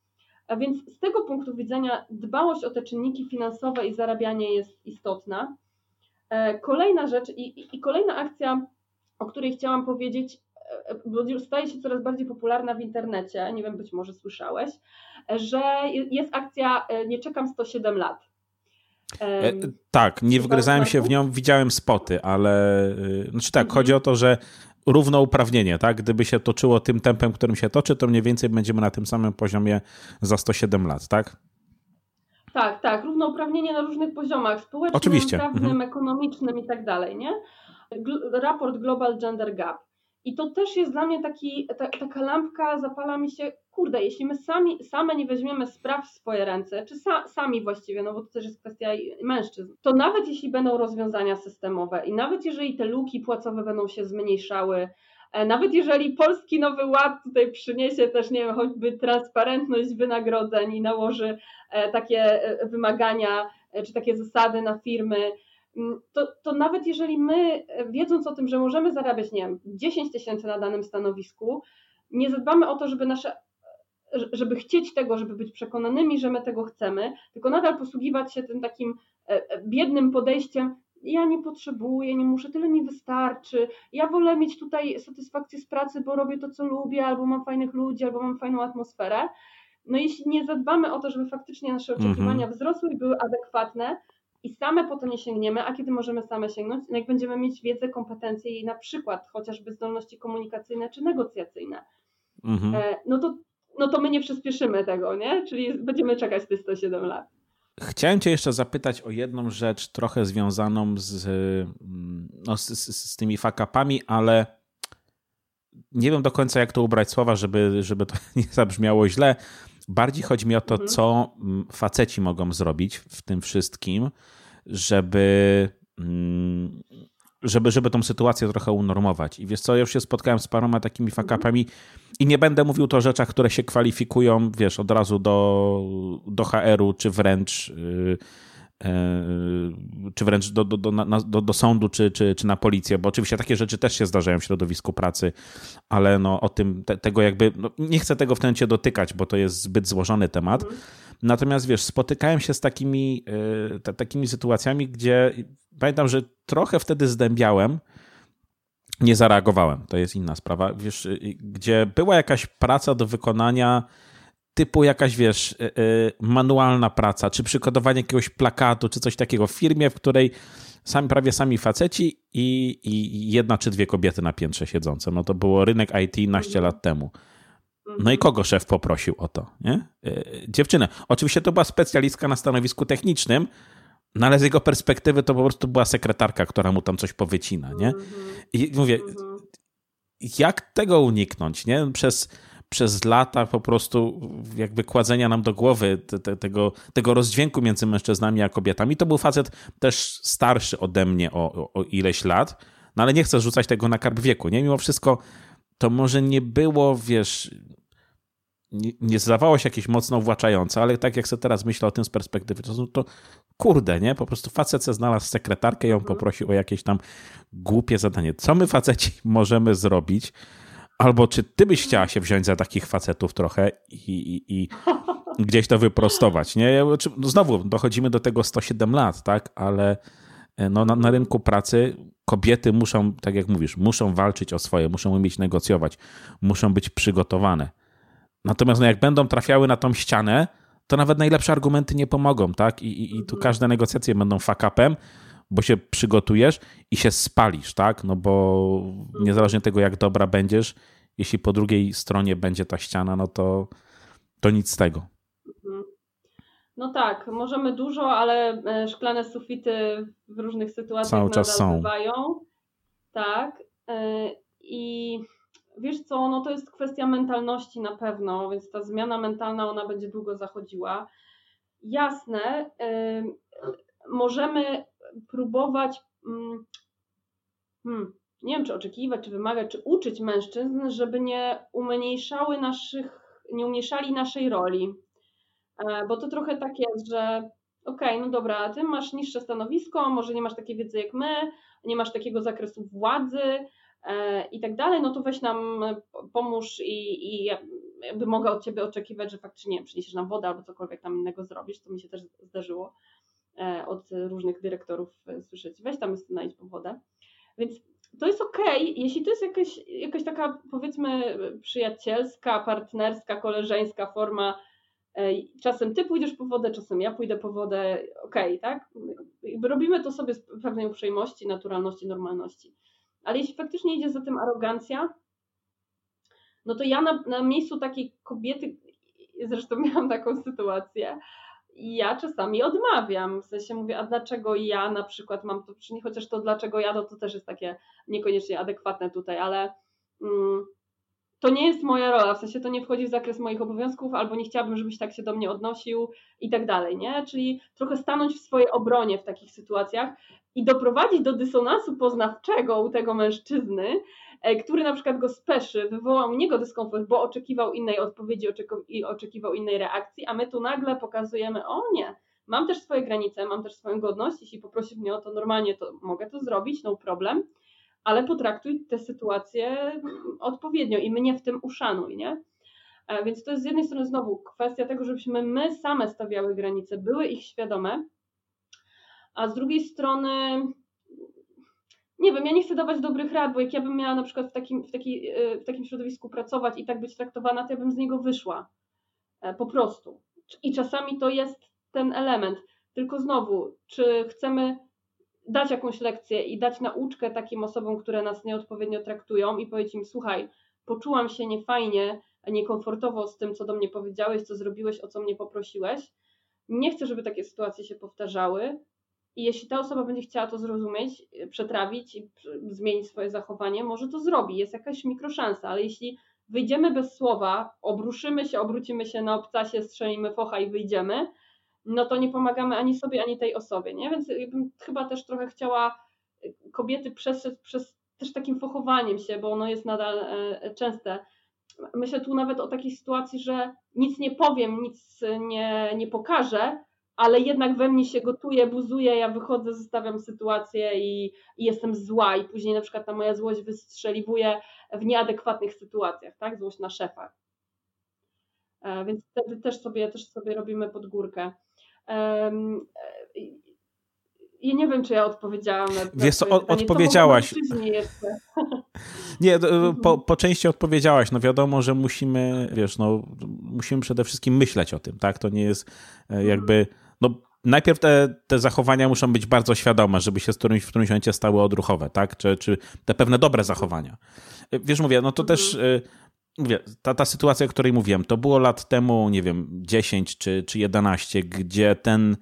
A więc z tego punktu widzenia dbałość o te czynniki finansowe i zarabianie jest istotna. Kolejna rzecz i, i kolejna akcja, o której chciałam powiedzieć, bo staje się coraz bardziej popularna w internecie, nie wiem, być może słyszałeś, że jest akcja Nie czekam sto siedem lat. E, tak, nie wgryzałem się w nią, widziałem spoty, ale znaczy tak, mhm. chodzi o to, że równouprawnienie, tak? Gdyby się toczyło tym tempem, którym się toczy, to mniej więcej będziemy na tym samym poziomie za sto siedem lat, tak? Tak, tak, równouprawnienie na różnych poziomach, społecznym, Oczywiście. prawnym, mhm. ekonomicznym i tak dalej, nie? Raport Global Gender Gap. I to też jest dla mnie taki, ta, taka lampka zapala mi się, kurde, jeśli my sami, same nie weźmiemy spraw w swoje ręce, czy sa, sami właściwie, no bo to też jest kwestia mężczyzn, to nawet jeśli będą rozwiązania systemowe i nawet jeżeli te luki płacowe będą się zmniejszały, nawet jeżeli Polski Nowy Ład tutaj przyniesie też, nie wiem, choćby transparentność wynagrodzeń i nałoży takie wymagania, czy takie zasady na firmy, To, to nawet jeżeli my, wiedząc o tym, że możemy zarabiać, nie wiem, dziesięć tysięcy na danym stanowisku, nie zadbamy o to, żeby nasze, żeby chcieć tego, żeby być przekonanymi, że my tego chcemy, tylko nadal posługiwać się tym takim biednym podejściem, ja nie potrzebuję, nie muszę, tyle mi wystarczy, ja wolę mieć tutaj satysfakcję z pracy, bo robię to, co lubię, albo mam fajnych ludzi, albo mam fajną atmosferę. No jeśli nie zadbamy o to, żeby faktycznie nasze oczekiwania mm-hmm. wzrosły i były adekwatne, i same po to nie sięgniemy, a kiedy możemy same sięgnąć, jak będziemy mieć wiedzę, kompetencje i na przykład chociażby zdolności komunikacyjne czy negocjacyjne, mhm. no, to, no to my nie przyspieszymy tego, nie? Czyli będziemy czekać te sto siedem lat. Chciałem cię jeszcze zapytać o jedną rzecz trochę związaną z, no, z, z, z tymi fuck-upami, ale nie wiem do końca, jak to ubrać słowa, żeby, żeby to nie zabrzmiało źle. Bardziej chodzi mi o to, mhm. co faceci mogą zrobić w tym wszystkim, żeby, żeby, żeby tą sytuację trochę unormować. I wiesz co, ja już się spotkałem z paroma takimi fuck-upami mhm. i nie będę mówił to o rzeczach, które się kwalifikują, wiesz, od razu do, do H R-u, czy wręcz yy, czy wręcz do, do, do, do, do sądu, czy, czy, czy na policję, bo oczywiście takie rzeczy też się zdarzają w środowisku pracy, ale no o tym, te, tego jakby, no nie chcę tego w tym momencie dotykać, bo to jest zbyt złożony temat. Mhm. Natomiast wiesz, spotykałem się z takimi, te, takimi sytuacjami, gdzie pamiętam, że trochę wtedy zdębiałem, nie zareagowałem, to jest inna sprawa, wiesz, gdzie była jakaś praca do wykonania, typu jakaś, wiesz, manualna praca, czy przygotowanie jakiegoś plakatu, czy coś takiego w firmie, w której sami, prawie sami faceci i, i jedna czy dwie kobiety na piętrze siedzące. No to było rynek I T naście lat temu. No i kogo szef poprosił o to, nie? Dziewczynę. Oczywiście to była specjalistka na stanowisku technicznym, no ale z jego perspektywy to po prostu była sekretarka, która mu tam coś powycina, nie? I mówię, jak tego uniknąć, nie? Przez... przez lata po prostu jakby kładzenia nam do głowy te, te, tego, tego rozdźwięku między mężczyznami a kobietami. To był facet też starszy ode mnie o, o, o ileś lat, no ale nie chcę rzucać tego na karb wieku, nie? Mimo wszystko to może nie było, wiesz, nie, nie zdawało się jakieś mocno uwłaczające, ale tak jak sobie teraz myślę o tym z perspektywy, to, to kurde, nie? Po prostu facet se znalazł sekretarkę i ją poprosił o jakieś tam głupie zadanie. Co my faceci możemy zrobić? Albo czy ty byś chciała się wziąć za takich facetów trochę i, i, i gdzieś to wyprostować, nie? Znowu dochodzimy do tego sto siedem lat, tak? Ale no, na, na rynku pracy kobiety muszą, tak jak mówisz, muszą walczyć o swoje, muszą umieć negocjować, muszą być przygotowane. Natomiast no, jak będą trafiały na tą ścianę, to nawet najlepsze argumenty nie pomogą, tak? I, i, i tu każde negocjacje będą fuck-upem, bo się przygotujesz i się spalisz, tak? No bo niezależnie od tego, jak dobra będziesz, jeśli po drugiej stronie będzie ta ściana, no to, to nic z tego. No tak, możemy dużo, ale szklane sufity w różnych sytuacjach cały czas są. Bywają. Tak. I wiesz co, no to jest kwestia mentalności na pewno, więc ta zmiana mentalna, ona będzie długo zachodziła. Jasne, możemy próbować, hmm, nie wiem czy oczekiwać, czy wymagać, czy uczyć mężczyzn, żeby nie umniejszały naszych, nie umniejszali naszej roli. Bo to trochę tak jest, że okej, okay, no dobra, ty masz niższe stanowisko, może nie masz takiej wiedzy jak my, nie masz takiego zakresu władzy e, i tak dalej, no to weź nam pomóż i, i jakby mogę od ciebie oczekiwać, że faktycznie nie wiem, przyniesiesz nam wodę albo cokolwiek tam innego zrobisz, to mi się też zdarzyło od różnych dyrektorów słyszeć, weź tam znajdź tą wodę. Więc to jest okej, okay, jeśli to jest jakaś, jakaś taka, powiedzmy, przyjacielska, partnerska, koleżeńska forma. Czasem ty pójdziesz po wodę, czasem ja pójdę po wodę, okej, okay, tak? Robimy to sobie z pewnej uprzejmości, naturalności, normalności. Ale jeśli faktycznie idzie za tym arogancja, no to ja na, na miejscu takiej kobiety, zresztą miałam taką sytuację, i ja czasami odmawiam, w sensie mówię, a dlaczego ja na przykład mam to przynieść, chociaż to dlaczego ja, no to też jest takie niekoniecznie adekwatne tutaj, ale mm, to nie jest moja rola, w sensie to nie wchodzi w zakres moich obowiązków, albo nie chciałabym, żebyś tak się do mnie odnosił i tak dalej, nie? Czyli trochę stanąć w swojej obronie w takich sytuacjach i doprowadzić do dysonansu poznawczego u tego mężczyzny, który na przykład go speszy, wywołał u niego dyskomfort, bo oczekiwał innej odpowiedzi i oczekiwał innej reakcji, a my tu nagle pokazujemy, o nie, mam też swoje granice, mam też swoją godność, jeśli poprosisz mnie o to normalnie, to mogę to zrobić, no problem, ale potraktuj tę sytuację odpowiednio i mnie w tym uszanuj, nie? Więc to jest z jednej strony znowu kwestia tego, żebyśmy my same stawiały granice, były ich świadome, a z drugiej strony nie wiem, ja nie chcę dawać dobrych rad, bo jak ja bym miała na przykład w takim, w, taki, w takim środowisku pracować i tak być traktowana, to ja bym z niego wyszła. Po prostu. I czasami to jest ten element. Tylko znowu, czy chcemy dać jakąś lekcję i dać nauczkę takim osobom, które nas nieodpowiednio traktują i powiedzieć im, słuchaj, poczułam się niefajnie, niekomfortowo z tym, co do mnie powiedziałeś, co zrobiłeś, o co mnie poprosiłeś. Nie chcę, żeby takie sytuacje się powtarzały. I jeśli ta osoba będzie chciała to zrozumieć, przetrawić i zmienić swoje zachowanie, może to zrobi. Jest jakaś mikroszansa, ale jeśli wyjdziemy bez słowa, obruszymy się, obrócimy się na obcasie, strzelimy focha i wyjdziemy, no to nie pomagamy ani sobie, ani tej osobie, nie? Więc bym chyba też trochę chciała kobiety przestrzec przez też takim fochowaniem się, bo ono jest nadal częste. Myślę tu nawet o takiej sytuacji, że nic nie powiem, nic nie, nie pokażę, ale jednak we mnie się gotuje, buzuje, ja wychodzę, zostawiam sytuację i, i jestem zła i później na przykład ta moja złość wystrzeliwuje w nieadekwatnych sytuacjach, tak? Złość na szefa. E, więc wtedy też sobie, też sobie robimy pod górkę. E, ja nie wiem, czy ja odpowiedziałam na, na Wiesz co, pytanie. Odpowiedziałaś. Nie, po, po części odpowiedziałaś. No wiadomo, że musimy, wiesz, no musimy przede wszystkim myśleć o tym, tak? To nie jest jakby, no najpierw te, te zachowania muszą być bardzo świadome, żeby się z którymś, w którymś momencie stały odruchowe, tak? Czy, czy te pewne dobre zachowania. Wiesz, mówię, no to mhm. też, mówię, ta, ta sytuacja, o której mówiłem, to było lat temu, nie wiem, dziesięć czy, czy jedenaście, gdzie ten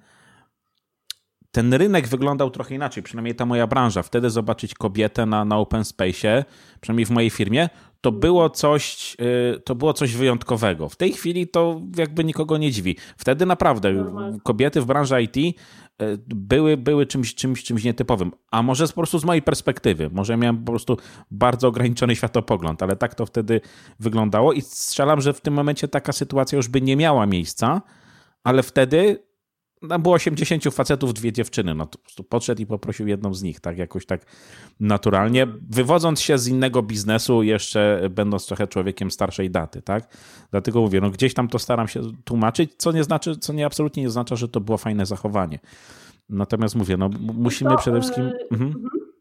ten rynek wyglądał trochę inaczej, przynajmniej ta moja branża. Wtedy zobaczyć kobietę na, na open space'ie, przynajmniej w mojej firmie, to było coś, to było coś wyjątkowego. W tej chwili to jakby nikogo nie dziwi. Wtedy naprawdę Normalnie. kobiety w branży I T były, były czymś, czymś, czymś nietypowym. A może po prostu z mojej perspektywy. Może miałem po prostu bardzo ograniczony światopogląd, ale tak to wtedy wyglądało i strzelam, że w tym momencie taka sytuacja już by nie miała miejsca, ale wtedy tam było osiemdziesięciu facetów, dwie dziewczyny. No to po prostu podszedł i poprosił jedną z nich, tak jakoś tak naturalnie, wywodząc się z innego biznesu, jeszcze będąc trochę człowiekiem starszej daty, tak? Dlatego mówię, no gdzieś tam to staram się tłumaczyć, co nie znaczy, co nie absolutnie nie oznacza, że to było fajne zachowanie. Natomiast mówię, no musimy to, przede wszystkim... Yy, mhm.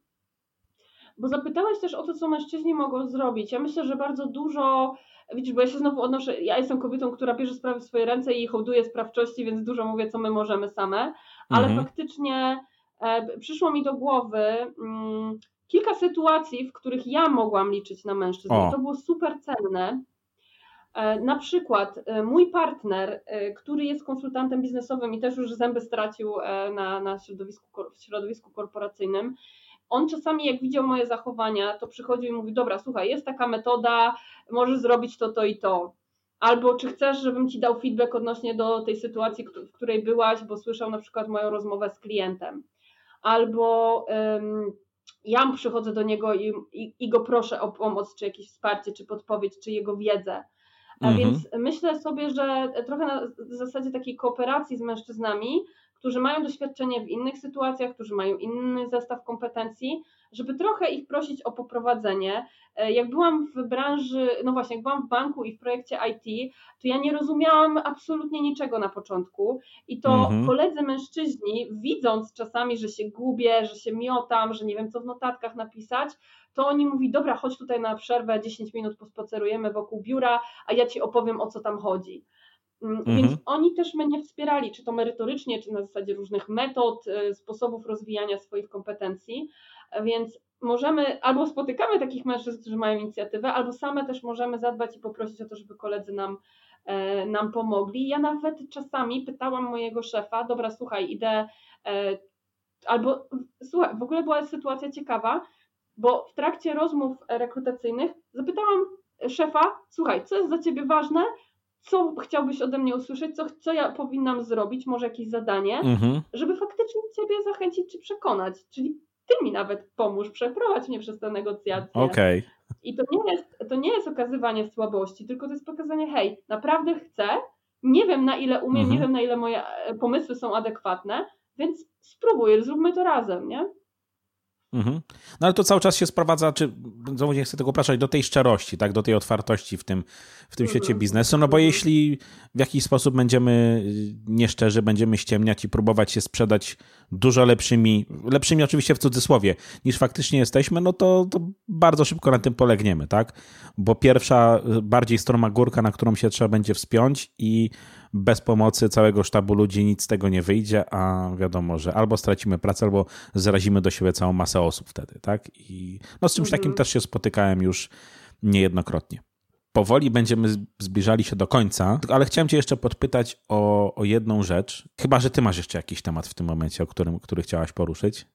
Bo zapytałeś też o to, co mężczyźni mogą zrobić. Ja myślę, że bardzo dużo... Widzisz, bo ja się znowu odnoszę, ja jestem kobietą, która bierze sprawy w swoje ręce i hołduje sprawczości, więc dużo mówię, co my możemy same, ale mhm. faktycznie e, przyszło mi do głowy mm, kilka sytuacji, w których ja mogłam liczyć na mężczyzn. I to było super cenne. E, na przykład e, mój partner, e, który jest konsultantem biznesowym i też już zęby stracił e, na, na środowisku, w środowisku korporacyjnym, on czasami jak widział moje zachowania, to przychodził i mówi, dobra, słuchaj, jest taka metoda, możesz zrobić to, to i to. Albo czy chcesz, żebym ci dał feedback odnośnie do tej sytuacji, w której byłaś, bo słyszał na przykład moją rozmowę z klientem. Albo um, ja przychodzę do niego i, i, i go proszę o pomoc, czy jakieś wsparcie, czy podpowiedź, czy jego wiedzę. A mhm. Więc myślę sobie, że trochę na zasadzie takiej kooperacji z mężczyznami, którzy mają doświadczenie w innych sytuacjach, którzy mają inny zestaw kompetencji, żeby trochę ich prosić o poprowadzenie. Jak byłam w branży, no właśnie, jak byłam w banku i w projekcie I T, to ja nie rozumiałam absolutnie niczego na początku i to mhm. koledzy mężczyźni, widząc czasami, że się gubię, że się miotam, że nie wiem co w notatkach napisać, to oni mówi, dobra, chodź tutaj na przerwę, dziesięć minut pospacerujemy wokół biura, a ja ci opowiem, o co tam chodzi. Mhm. Więc oni też mnie wspierali, czy to merytorycznie, czy na zasadzie różnych metod, sposobów rozwijania swoich kompetencji, więc możemy, albo spotykamy takich mężczyzn, którzy mają inicjatywę, albo same też możemy zadbać i poprosić o to, żeby koledzy nam, e, nam pomogli. Ja nawet czasami pytałam mojego szefa, dobra, słuchaj, idę, e, albo słuchaj, w ogóle była sytuacja ciekawa, bo w trakcie rozmów rekrutacyjnych zapytałam szefa, słuchaj, co jest dla ciebie ważne, co chciałbyś ode mnie usłyszeć, co, co ja powinnam zrobić, może jakieś zadanie, mhm. żeby faktycznie ciebie zachęcić czy przekonać, czyli ty mi nawet pomóż, przeprowadź mnie przez tę negocjację. Okay. I to nie jest, to nie jest okazywanie słabości, tylko to jest pokazanie, hej, naprawdę chcę, nie wiem na ile umiem, mhm. nie wiem na ile moje pomysły są adekwatne, więc spróbuj, zróbmy to razem, nie? Mhm. No ale to cały czas się sprowadza, czy znowu nie chcę tego upraszczać, do tej szczerości, tak, do tej otwartości w tym, w tym świecie biznesu, no bo jeśli w jakiś sposób będziemy nieszczerzy, będziemy ściemniać i próbować się sprzedać dużo lepszymi, lepszymi oczywiście w cudzysłowie, niż faktycznie jesteśmy, no to, to bardzo szybko na tym polegniemy, tak, bo pierwsza, bardziej stroma górka, na którą się trzeba będzie wspiąć i bez pomocy całego sztabu ludzi nic z tego nie wyjdzie, a wiadomo, że albo stracimy pracę, albo zarazimy do siebie całą masę osób wtedy, tak? I no z czymś mhm. takim też się spotykałem już niejednokrotnie. Powoli będziemy zbliżali się do końca, ale chciałem cię jeszcze podpytać o, o jedną rzecz. Chyba że ty masz jeszcze jakiś temat w tym momencie, o którym, który chciałaś poruszyć.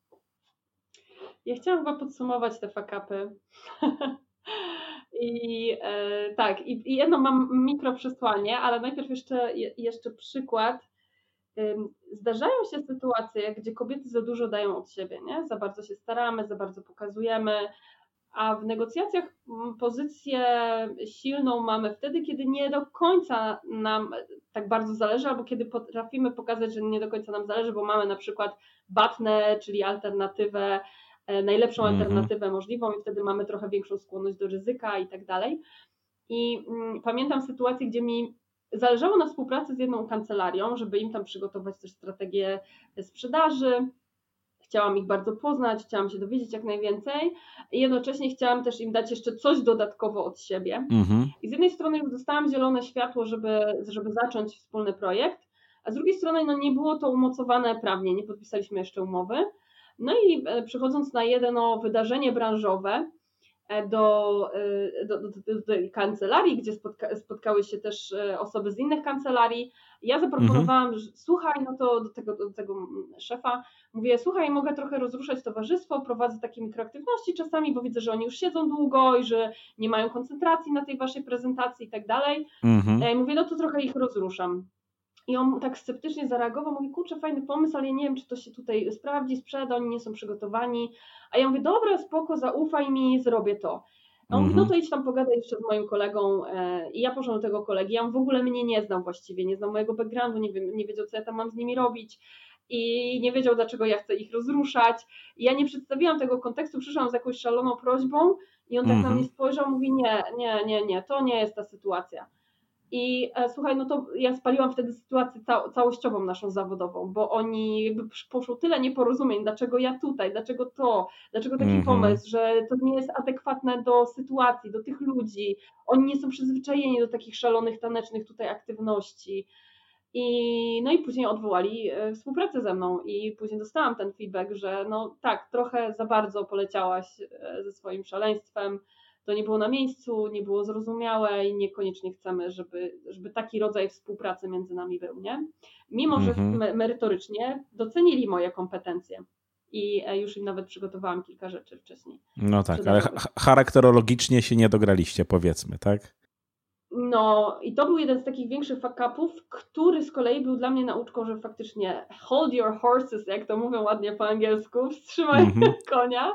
Ja chciałam chyba podsumować te fuck-upy. I e, tak, i, i jedno mam mikroprzesłanie, ale najpierw jeszcze, jeszcze przykład. Zdarzają się sytuacje, gdzie kobiety za dużo dają od siebie, nie? Za bardzo się staramy, za bardzo pokazujemy, a w negocjacjach pozycję silną mamy wtedy, kiedy nie do końca nam tak bardzo zależy, albo kiedy potrafimy pokazać, że nie do końca nam zależy, bo mamy na przykład batnę, czyli alternatywę, najlepszą mm-hmm. alternatywę możliwą i wtedy mamy trochę większą skłonność do ryzyka i tak dalej. I mm, pamiętam sytuację, gdzie mi zależało na współpracy z jedną kancelarią, żeby im tam przygotować też strategię sprzedaży. Chciałam ich bardzo poznać, chciałam się dowiedzieć jak najwięcej i jednocześnie chciałam też im dać jeszcze coś dodatkowo od siebie. Mm-hmm. I z jednej strony już dostałam zielone światło, żeby, żeby zacząć wspólny projekt, a z drugiej strony no, nie było to umocowane prawnie, nie podpisaliśmy jeszcze umowy. No i przychodząc na jedno wydarzenie branżowe do, do, do, do, do kancelarii, gdzie spotka, spotkały się też osoby z innych kancelarii, ja zaproponowałam, mhm. że słuchaj, no to do tego, do tego szefa, mówię, słuchaj, mogę trochę rozruszać towarzystwo, prowadzę takie mikroaktywności czasami, bo widzę, że oni już siedzą długo i że nie mają koncentracji na tej waszej prezentacji i tak dalej. Mhm. Mówię, no to trochę ich rozruszam. I on tak sceptycznie zareagował, mówi, kurczę, fajny pomysł, ale ja nie wiem, czy to się tutaj sprawdzi, sprzeda, oni nie są przygotowani. A ja mówię, dobra, spoko, zaufaj mi, zrobię to. A on mówi, no to idź tam pogadaj jeszcze z moim kolegą. I ja poszłam do tego kolegi, on w ogóle mnie nie znał właściwie, nie znał mojego backgroundu, nie, wiem, nie wiedział, co ja tam mam z nimi robić. I nie wiedział, dlaczego ja chcę ich rozruszać. I ja nie przedstawiłam tego kontekstu, przyszłam z jakąś szaloną prośbą i on tak na mnie spojrzał, mówi, nie, nie, nie, nie, to nie jest ta sytuacja. I e, słuchaj, no to ja spaliłam wtedy sytuację ca- całościową naszą zawodową, bo oni jakby poszło tyle nieporozumień, dlaczego ja tutaj, dlaczego to, dlaczego taki mm-hmm. pomysł, że to nie jest adekwatne do sytuacji, do tych ludzi, oni nie są przyzwyczajeni do takich szalonych, tanecznych tutaj aktywności. I no i później odwołali e, współpracę ze mną i później dostałam ten feedback, że no tak, trochę za bardzo poleciałaś e, ze swoim szaleństwem, to nie było na miejscu, nie było zrozumiałe i niekoniecznie chcemy, żeby, żeby taki rodzaj współpracy między nami był, nie? Mimo, że mm-hmm. merytorycznie docenili moje kompetencje i już im nawet przygotowałam kilka rzeczy wcześniej. No tak, ale ch- charakterologicznie się nie dograliście, powiedzmy, tak? No i to był jeden z takich większych fuck-upów, który z kolei był dla mnie nauczką, że faktycznie hold your horses, jak to mówią ładnie po angielsku, wstrzymaj mm-hmm. konia.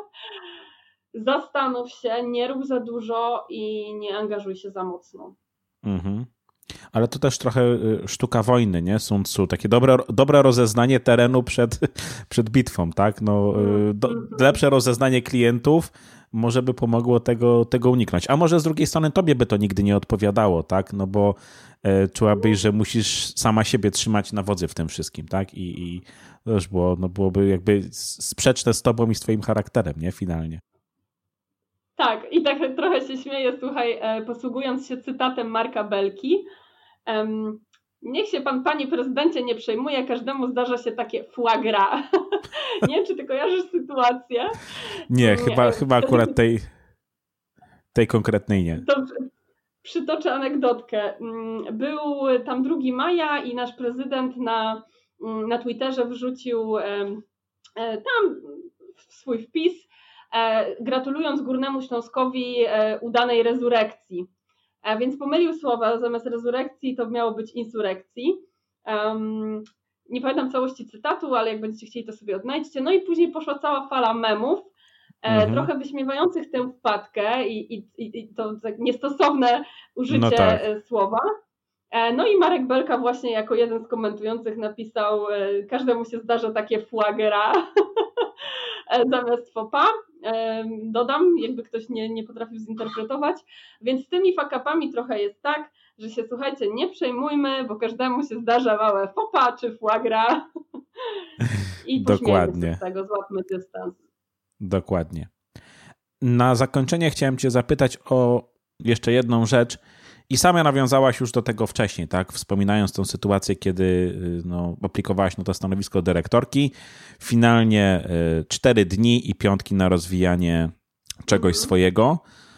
Zastanów się, nie rób za dużo i nie angażuj się za mocno. Mhm. Ale to też trochę sztuka wojny, nie? Sun Tzu, takie dobre, dobre rozeznanie terenu przed, przed bitwą, tak? No, do, lepsze rozeznanie klientów może by pomogło tego, tego uniknąć. A może z drugiej strony tobie by to nigdy nie odpowiadało, tak? No bo e, czułabyś, że musisz sama siebie trzymać na wodzy w tym wszystkim, tak? I, i to już było, no byłoby jakby sprzeczne z tobą i z twoim charakterem, nie? Finalnie. Tak, i tak trochę się śmieję, słuchaj, posługując się cytatem Marka Belki. Um, niech się pan, panie prezydencie, nie przejmuje, każdemu zdarza się takie foie gras. Nie wiem, czy ty kojarzysz sytuację? Nie, nie chyba, chyba akurat tej, tej konkretnej nie. Dobrze. Przytoczę anegdotkę. Był tam drugiego maja i nasz prezydent na, na Twitterze wrzucił tam swój wpis, gratulując Górnemu Śląskowi udanej rezurekcji. Więc pomylił słowa, zamiast rezurekcji to miało być insurekcji. Um, nie pamiętam całości cytatu, ale jak będziecie chcieli, to sobie odnajdźcie. No i później poszła cała fala memów, mhm. e, trochę wyśmiewających tę wpadkę i, i, i to tak niestosowne użycie no tak. słowa. E, no i Marek Belka właśnie jako jeden z komentujących napisał, e, każdemu się zdarza takie foie gras zamiast faux pas. Dodam, jakby ktoś nie, nie potrafił zinterpretować. Więc z tymi fuck-upami trochę jest tak, że się, słuchajcie, nie przejmujmy, bo każdemu się zdarza małe faux pas czy foie gras. I pośmiejmy się z tego, złapmy dystans. Dokładnie. Na zakończenie chciałem cię zapytać o jeszcze jedną rzecz. I sama nawiązałaś już do tego wcześniej, tak? Wspominając tą sytuację, kiedy no, aplikowałaś na to stanowisko dyrektorki. Finalnie cztery dni i piątki na rozwijanie czegoś mhm. swojego.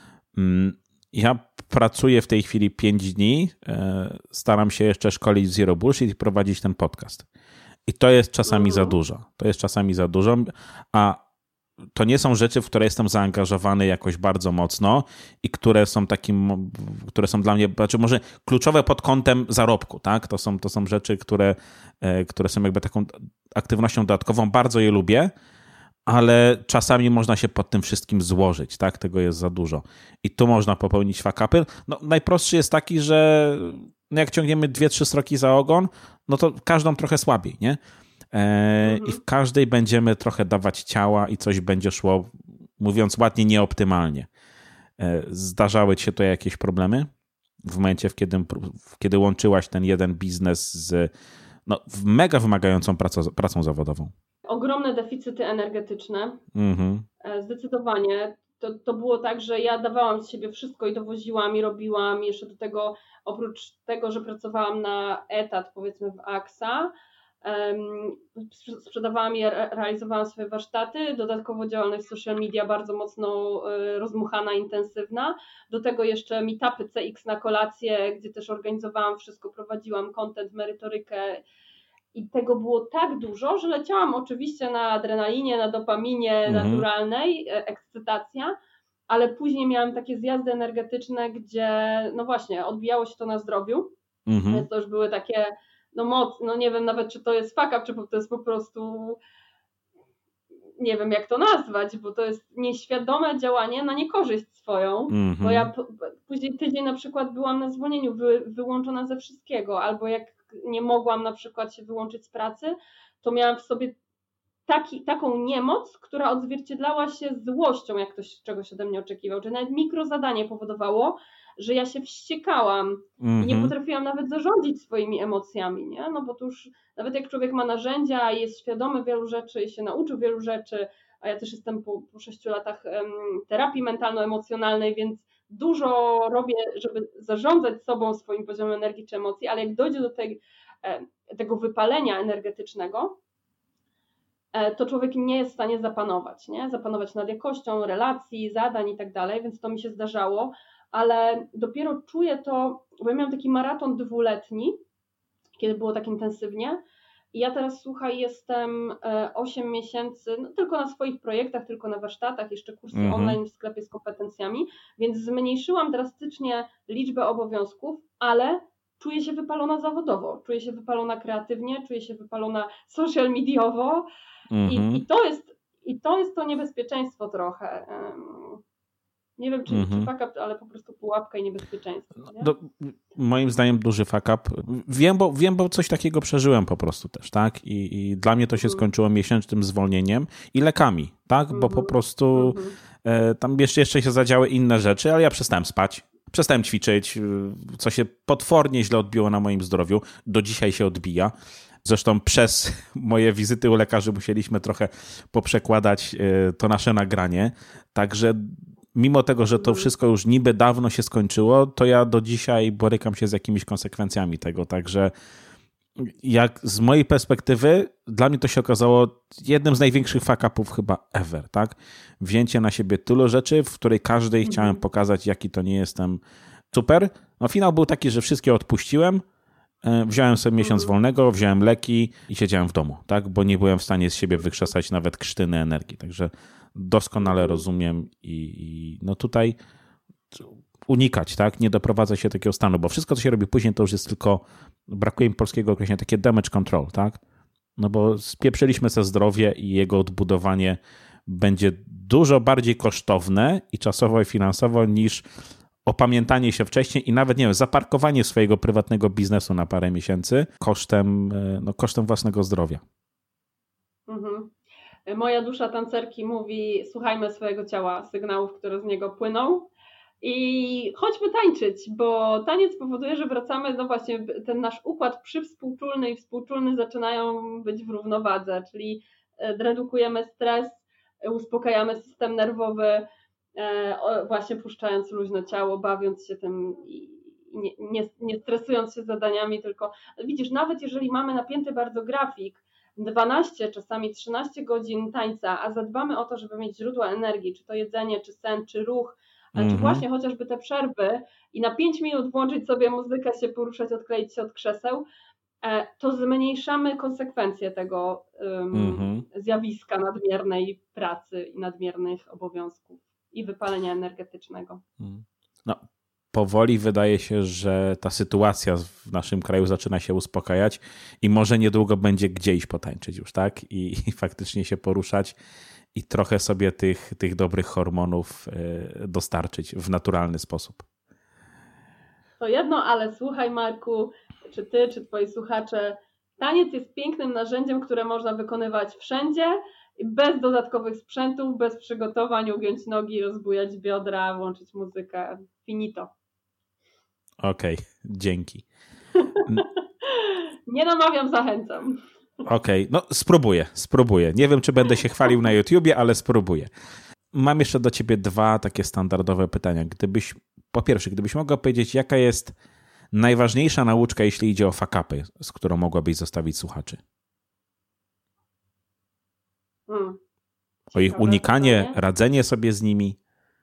Ja pracuję w tej chwili pięć dni. Staram się jeszcze szkolić Zero Bullshit i prowadzić ten podcast. I to jest czasami mhm. za dużo. To jest czasami za dużo, a to nie są rzeczy, w które jestem zaangażowany jakoś bardzo mocno i które są takim, które są dla mnie, znaczy może kluczowe pod kątem zarobku, tak? To są, to są rzeczy, które, które są jakby taką aktywnością dodatkową. Bardzo je lubię, ale czasami można się pod tym wszystkim złożyć, tak? Tego jest za dużo. I tu można popełnić fuck-upy. No, najprostszy jest taki, że no jak ciągniemy dwie, trzy sroki za ogon, no to każdą trochę słabiej, nie? I w każdej będziemy trochę dawać ciała i coś będzie szło, mówiąc ładnie, nieoptymalnie. Zdarzały ci się to jakieś problemy w momencie, w kiedy, w kiedy łączyłaś ten jeden biznes z no, mega wymagającą pracą, pracą zawodową? Ogromne deficyty energetyczne. Mhm. Zdecydowanie. To, to było tak, że ja dawałam z siebie wszystko i dowoziłam i robiłam. Jeszcze do tego, oprócz tego, że pracowałam na etat, powiedzmy w A X A, sprzedawałam i realizowałam swoje warsztaty, dodatkowo działalność social media bardzo mocno rozmuchana, intensywna, do tego jeszcze meetupy C X na kolację, gdzie też organizowałam wszystko, prowadziłam content, merytorykę i tego było tak dużo, że leciałam oczywiście na adrenalinie, na dopaminie mhm. naturalnej, ekscytacja, ale później miałam takie zjazdy energetyczne, gdzie no właśnie odbijało się to na zdrowiu, mhm. więc to już były takie no moc, no nie wiem nawet, czy to jest fuck up, czy to jest po prostu, nie wiem jak to nazwać, bo to jest nieświadome działanie na niekorzyść swoją, mm-hmm. bo ja p- później tydzień na przykład byłam na zwolnieniu, wy- wyłączona ze wszystkiego, albo jak nie mogłam na przykład się wyłączyć z pracy, to miałam w sobie taki, taką niemoc, która odzwierciedlała się złością, jak ktoś czegoś ode mnie oczekiwał, czy nawet mikrozadanie powodowało, że ja się wściekałam mm-hmm. i nie potrafiłam nawet zarządzić swoimi emocjami, nie? No bo to już nawet jak człowiek ma narzędzia i jest świadomy wielu rzeczy i się nauczył wielu rzeczy, a ja też jestem po, po sześciu latach um, terapii mentalno-emocjonalnej, więc dużo robię, żeby zarządzać sobą, swoim poziomem energii czy emocji, ale jak dojdzie do tej, e, tego wypalenia energetycznego, e, to człowiek nie jest w stanie zapanować, nie? Zapanować nad jakością relacji, zadań i tak dalej, więc to mi się zdarzało, ale dopiero czuję to, bo ja miałam taki maraton dwuletni, kiedy było tak intensywnie i ja teraz, słuchaj, jestem osiem miesięcy, no, tylko na swoich projektach, tylko na warsztatach, jeszcze kursy mm-hmm. online w sklepie z kompetencjami, więc zmniejszyłam drastycznie liczbę obowiązków, ale czuję się wypalona zawodowo, czuję się wypalona kreatywnie, czuję się wypalona social mediowo mm-hmm. i, i, to jest, i to jest to niebezpieczeństwo trochę. Nie wiem, czy, Mhm. czy fuck up, ale po prostu pułapka i niebezpieczeństwo. Nie? Do, moim zdaniem duży fuck up. Wiem bo, wiem, bo coś takiego przeżyłem po prostu też, tak? I, i dla mnie to się Mhm. skończyło miesięcznym zwolnieniem i lekami, tak? Bo po Mhm. prostu Mhm. e, tam jeszcze, jeszcze się zadziały inne rzeczy, ale ja przestałem spać. Przestałem ćwiczyć, co się potwornie źle odbiło na moim zdrowiu. Do dzisiaj się odbija. Zresztą przez moje wizyty u lekarzy musieliśmy trochę poprzekładać to nasze nagranie. Także mimo tego, że to wszystko już niby dawno się skończyło, to ja do dzisiaj borykam się z jakimiś konsekwencjami tego. Także jak z mojej perspektywy, dla mnie to się okazało jednym z największych fuck-upów chyba ever, tak? Wzięcie na siebie tylu rzeczy, w której każdej mhm. chciałem pokazać, jaki to nie jestem super. No finał był taki, że wszystkie odpuściłem, wziąłem sobie miesiąc mhm. wolnego, wziąłem leki i siedziałem w domu, tak? Bo nie byłem w stanie z siebie wykrzesać nawet krztyny energii, także doskonale mhm. rozumiem i, i no tutaj unikać, tak? Nie doprowadza się do takiego stanu, bo wszystko, co się robi później, to już jest tylko, brakuje mi polskiego określenia, takie damage control, tak? No bo spieprzyliśmy sobie zdrowie i jego odbudowanie będzie dużo bardziej kosztowne i czasowo i finansowo niż opamiętanie się wcześniej i nawet, nie wiem, zaparkowanie swojego prywatnego biznesu na parę miesięcy kosztem, no, kosztem własnego zdrowia. Mhm. Moja dusza tancerki mówi, słuchajmy swojego ciała, sygnałów, które z niego płyną i chodźmy tańczyć, bo taniec powoduje, że wracamy, no właśnie, ten nasz układ przywspółczulny i współczulny zaczynają być w równowadze, czyli redukujemy stres, uspokajamy system nerwowy, właśnie puszczając luźno ciało, bawiąc się tym i nie, nie, nie stresując się zadaniami, tylko widzisz, nawet jeżeli mamy napięty bardzo grafik, dwanaście, czasami trzynaście godzin tańca, a zadbamy o to, żeby mieć źródła energii, czy to jedzenie, czy sen, czy ruch, mm-hmm. czy właśnie chociażby te przerwy i na pięć minut włączyć sobie muzykę, się poruszać, odkleić się od krzeseł, to zmniejszamy konsekwencje tego um, mm-hmm. zjawiska nadmiernej pracy i nadmiernych obowiązków i wypalenia energetycznego. No, powoli wydaje się, że ta sytuacja w naszym kraju zaczyna się uspokajać i może niedługo będzie gdzie iść potańczyć już, tak? I, i faktycznie się poruszać i trochę sobie tych, tych dobrych hormonów y, dostarczyć w naturalny sposób. To jedno, ale słuchaj, Marku, czy ty, czy twoi słuchacze, taniec jest pięknym narzędziem, które można wykonywać wszędzie, bez dodatkowych sprzętów, bez przygotowań, ugiąć nogi, rozbujać biodra, włączyć muzykę. Finito. Okej, okay, dzięki. Nie namawiam, zachęcam. Okej, okay, no spróbuję, spróbuję. Nie wiem, czy będę się chwalił na YouTubie, ale spróbuję. Mam jeszcze do ciebie dwa takie standardowe pytania. Gdybyś, po pierwsze, gdybyś mogła powiedzieć, jaka jest najważniejsza nauczka, jeśli idzie o fuck-upy, z którą mogłabyś zostawić słuchaczy? Hmm. O ich unikanie, pytanie. Radzenie sobie z nimi?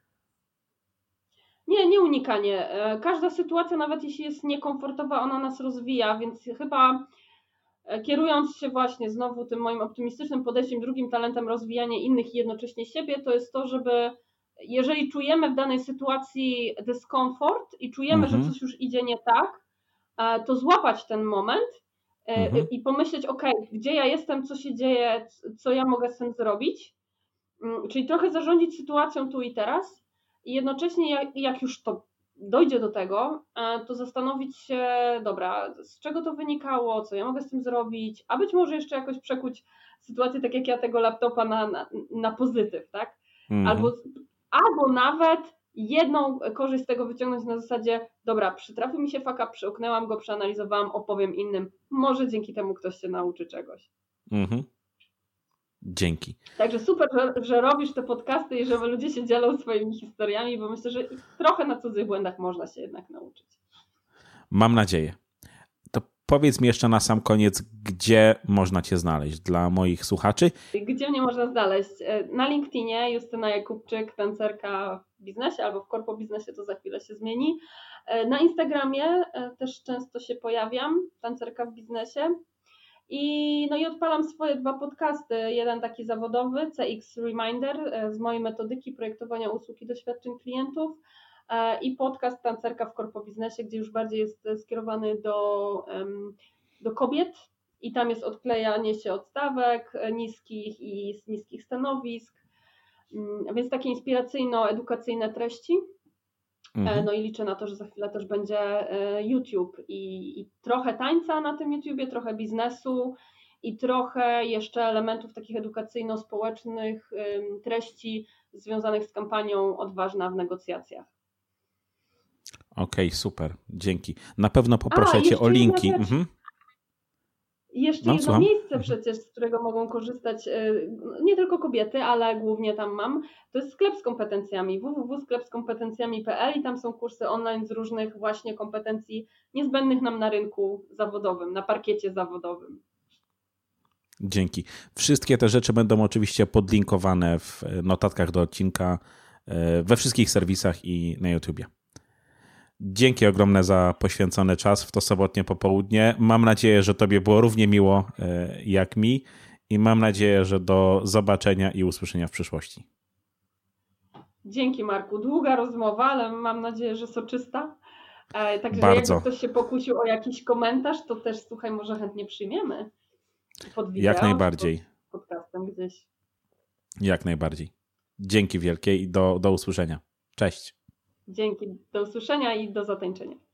Nie, nie unikanie. Każda sytuacja, nawet jeśli jest niekomfortowa, ona nas rozwija, więc chyba kierując się właśnie znowu tym moim optymistycznym podejściem, drugim talentem rozwijania innych i jednocześnie siebie, to jest to, żeby jeżeli czujemy w danej sytuacji dyskomfort i czujemy, mhm. że coś już idzie nie tak, to złapać ten moment mhm. i pomyśleć, ok, gdzie ja jestem, co się dzieje, co ja mogę z tym zrobić, czyli trochę zarządzić sytuacją tu i teraz i jednocześnie jak, jak już to dojdzie do tego, to zastanowić się, dobra, z czego to wynikało, co ja mogę z tym zrobić, a być może jeszcze jakoś przekuć sytuację, tak jak ja tego laptopa na, na, na pozytyw, tak? Mhm. Albo, albo nawet jedną korzyść z tego wyciągnąć na zasadzie, dobra, przytrafił mi się fuck up, przełknęłam go, przeanalizowałam, opowiem innym, może dzięki temu ktoś się nauczy czegoś. Mhm. Dzięki. Także super, że, że robisz te podcasty i że ludzie się dzielą swoimi historiami, bo myślę, że trochę na cudzych błędach można się jednak nauczyć. Mam nadzieję. To powiedz mi jeszcze na sam koniec, gdzie można cię znaleźć dla moich słuchaczy? Gdzie mnie można znaleźć? Na LinkedInie Justyna Jakubczyk, tancerka w biznesie albo w korpo biznesie, to za chwilę się zmieni. Na Instagramie też często się pojawiam, tancerka w biznesie. I, no i odpalam swoje dwa podcasty, jeden taki zawodowy, C X Reminder z mojej metodyki projektowania usług i doświadczeń klientów i podcast Tancerka w korpo biznesie, gdzie już bardziej jest skierowany do, do kobiet i tam jest odklejanie się od stawek niskich i z niskich stanowisk. Więc takie inspiracyjno-edukacyjne treści. Mhm. No i liczę na to, że za chwilę też będzie YouTube i, i trochę tańca na tym YouTubie, trochę biznesu i trochę jeszcze elementów takich edukacyjno-społecznych treści związanych z kampanią Odważna w negocjacjach. Okej, okay, super, dzięki. Na pewno poproszę A, Cię o linki. Mhm. Jeszcze no, jedno słucham. miejsce przecież, z którego mogą korzystać nie tylko kobiety, ale głównie tam mam, to jest sklep z kompetencjami, w w w kropka sklep z kompetencjami kropka p l i tam są kursy online z różnych właśnie kompetencji niezbędnych nam na rynku zawodowym, na parkiecie zawodowym. Dzięki. Wszystkie te rzeczy będą oczywiście podlinkowane w notatkach do odcinka we wszystkich serwisach i na YouTubie. Dzięki ogromne za poświęcony czas w to sobotnie popołudnie. Mam nadzieję, że Tobie było równie miło jak mi i mam nadzieję, że do zobaczenia i usłyszenia w przyszłości. Dzięki, Marku. Długa rozmowa, ale mam nadzieję, że soczysta. Także Bardzo. jak ktoś się pokusił o jakiś komentarz, to też słuchaj, może chętnie przyjmiemy. Pod wideo, jak najbardziej. Pod podcastem gdzieś. Jak najbardziej. Dzięki wielkie i do, do usłyszenia. Cześć. Dzięki, do usłyszenia i do zatańczenia.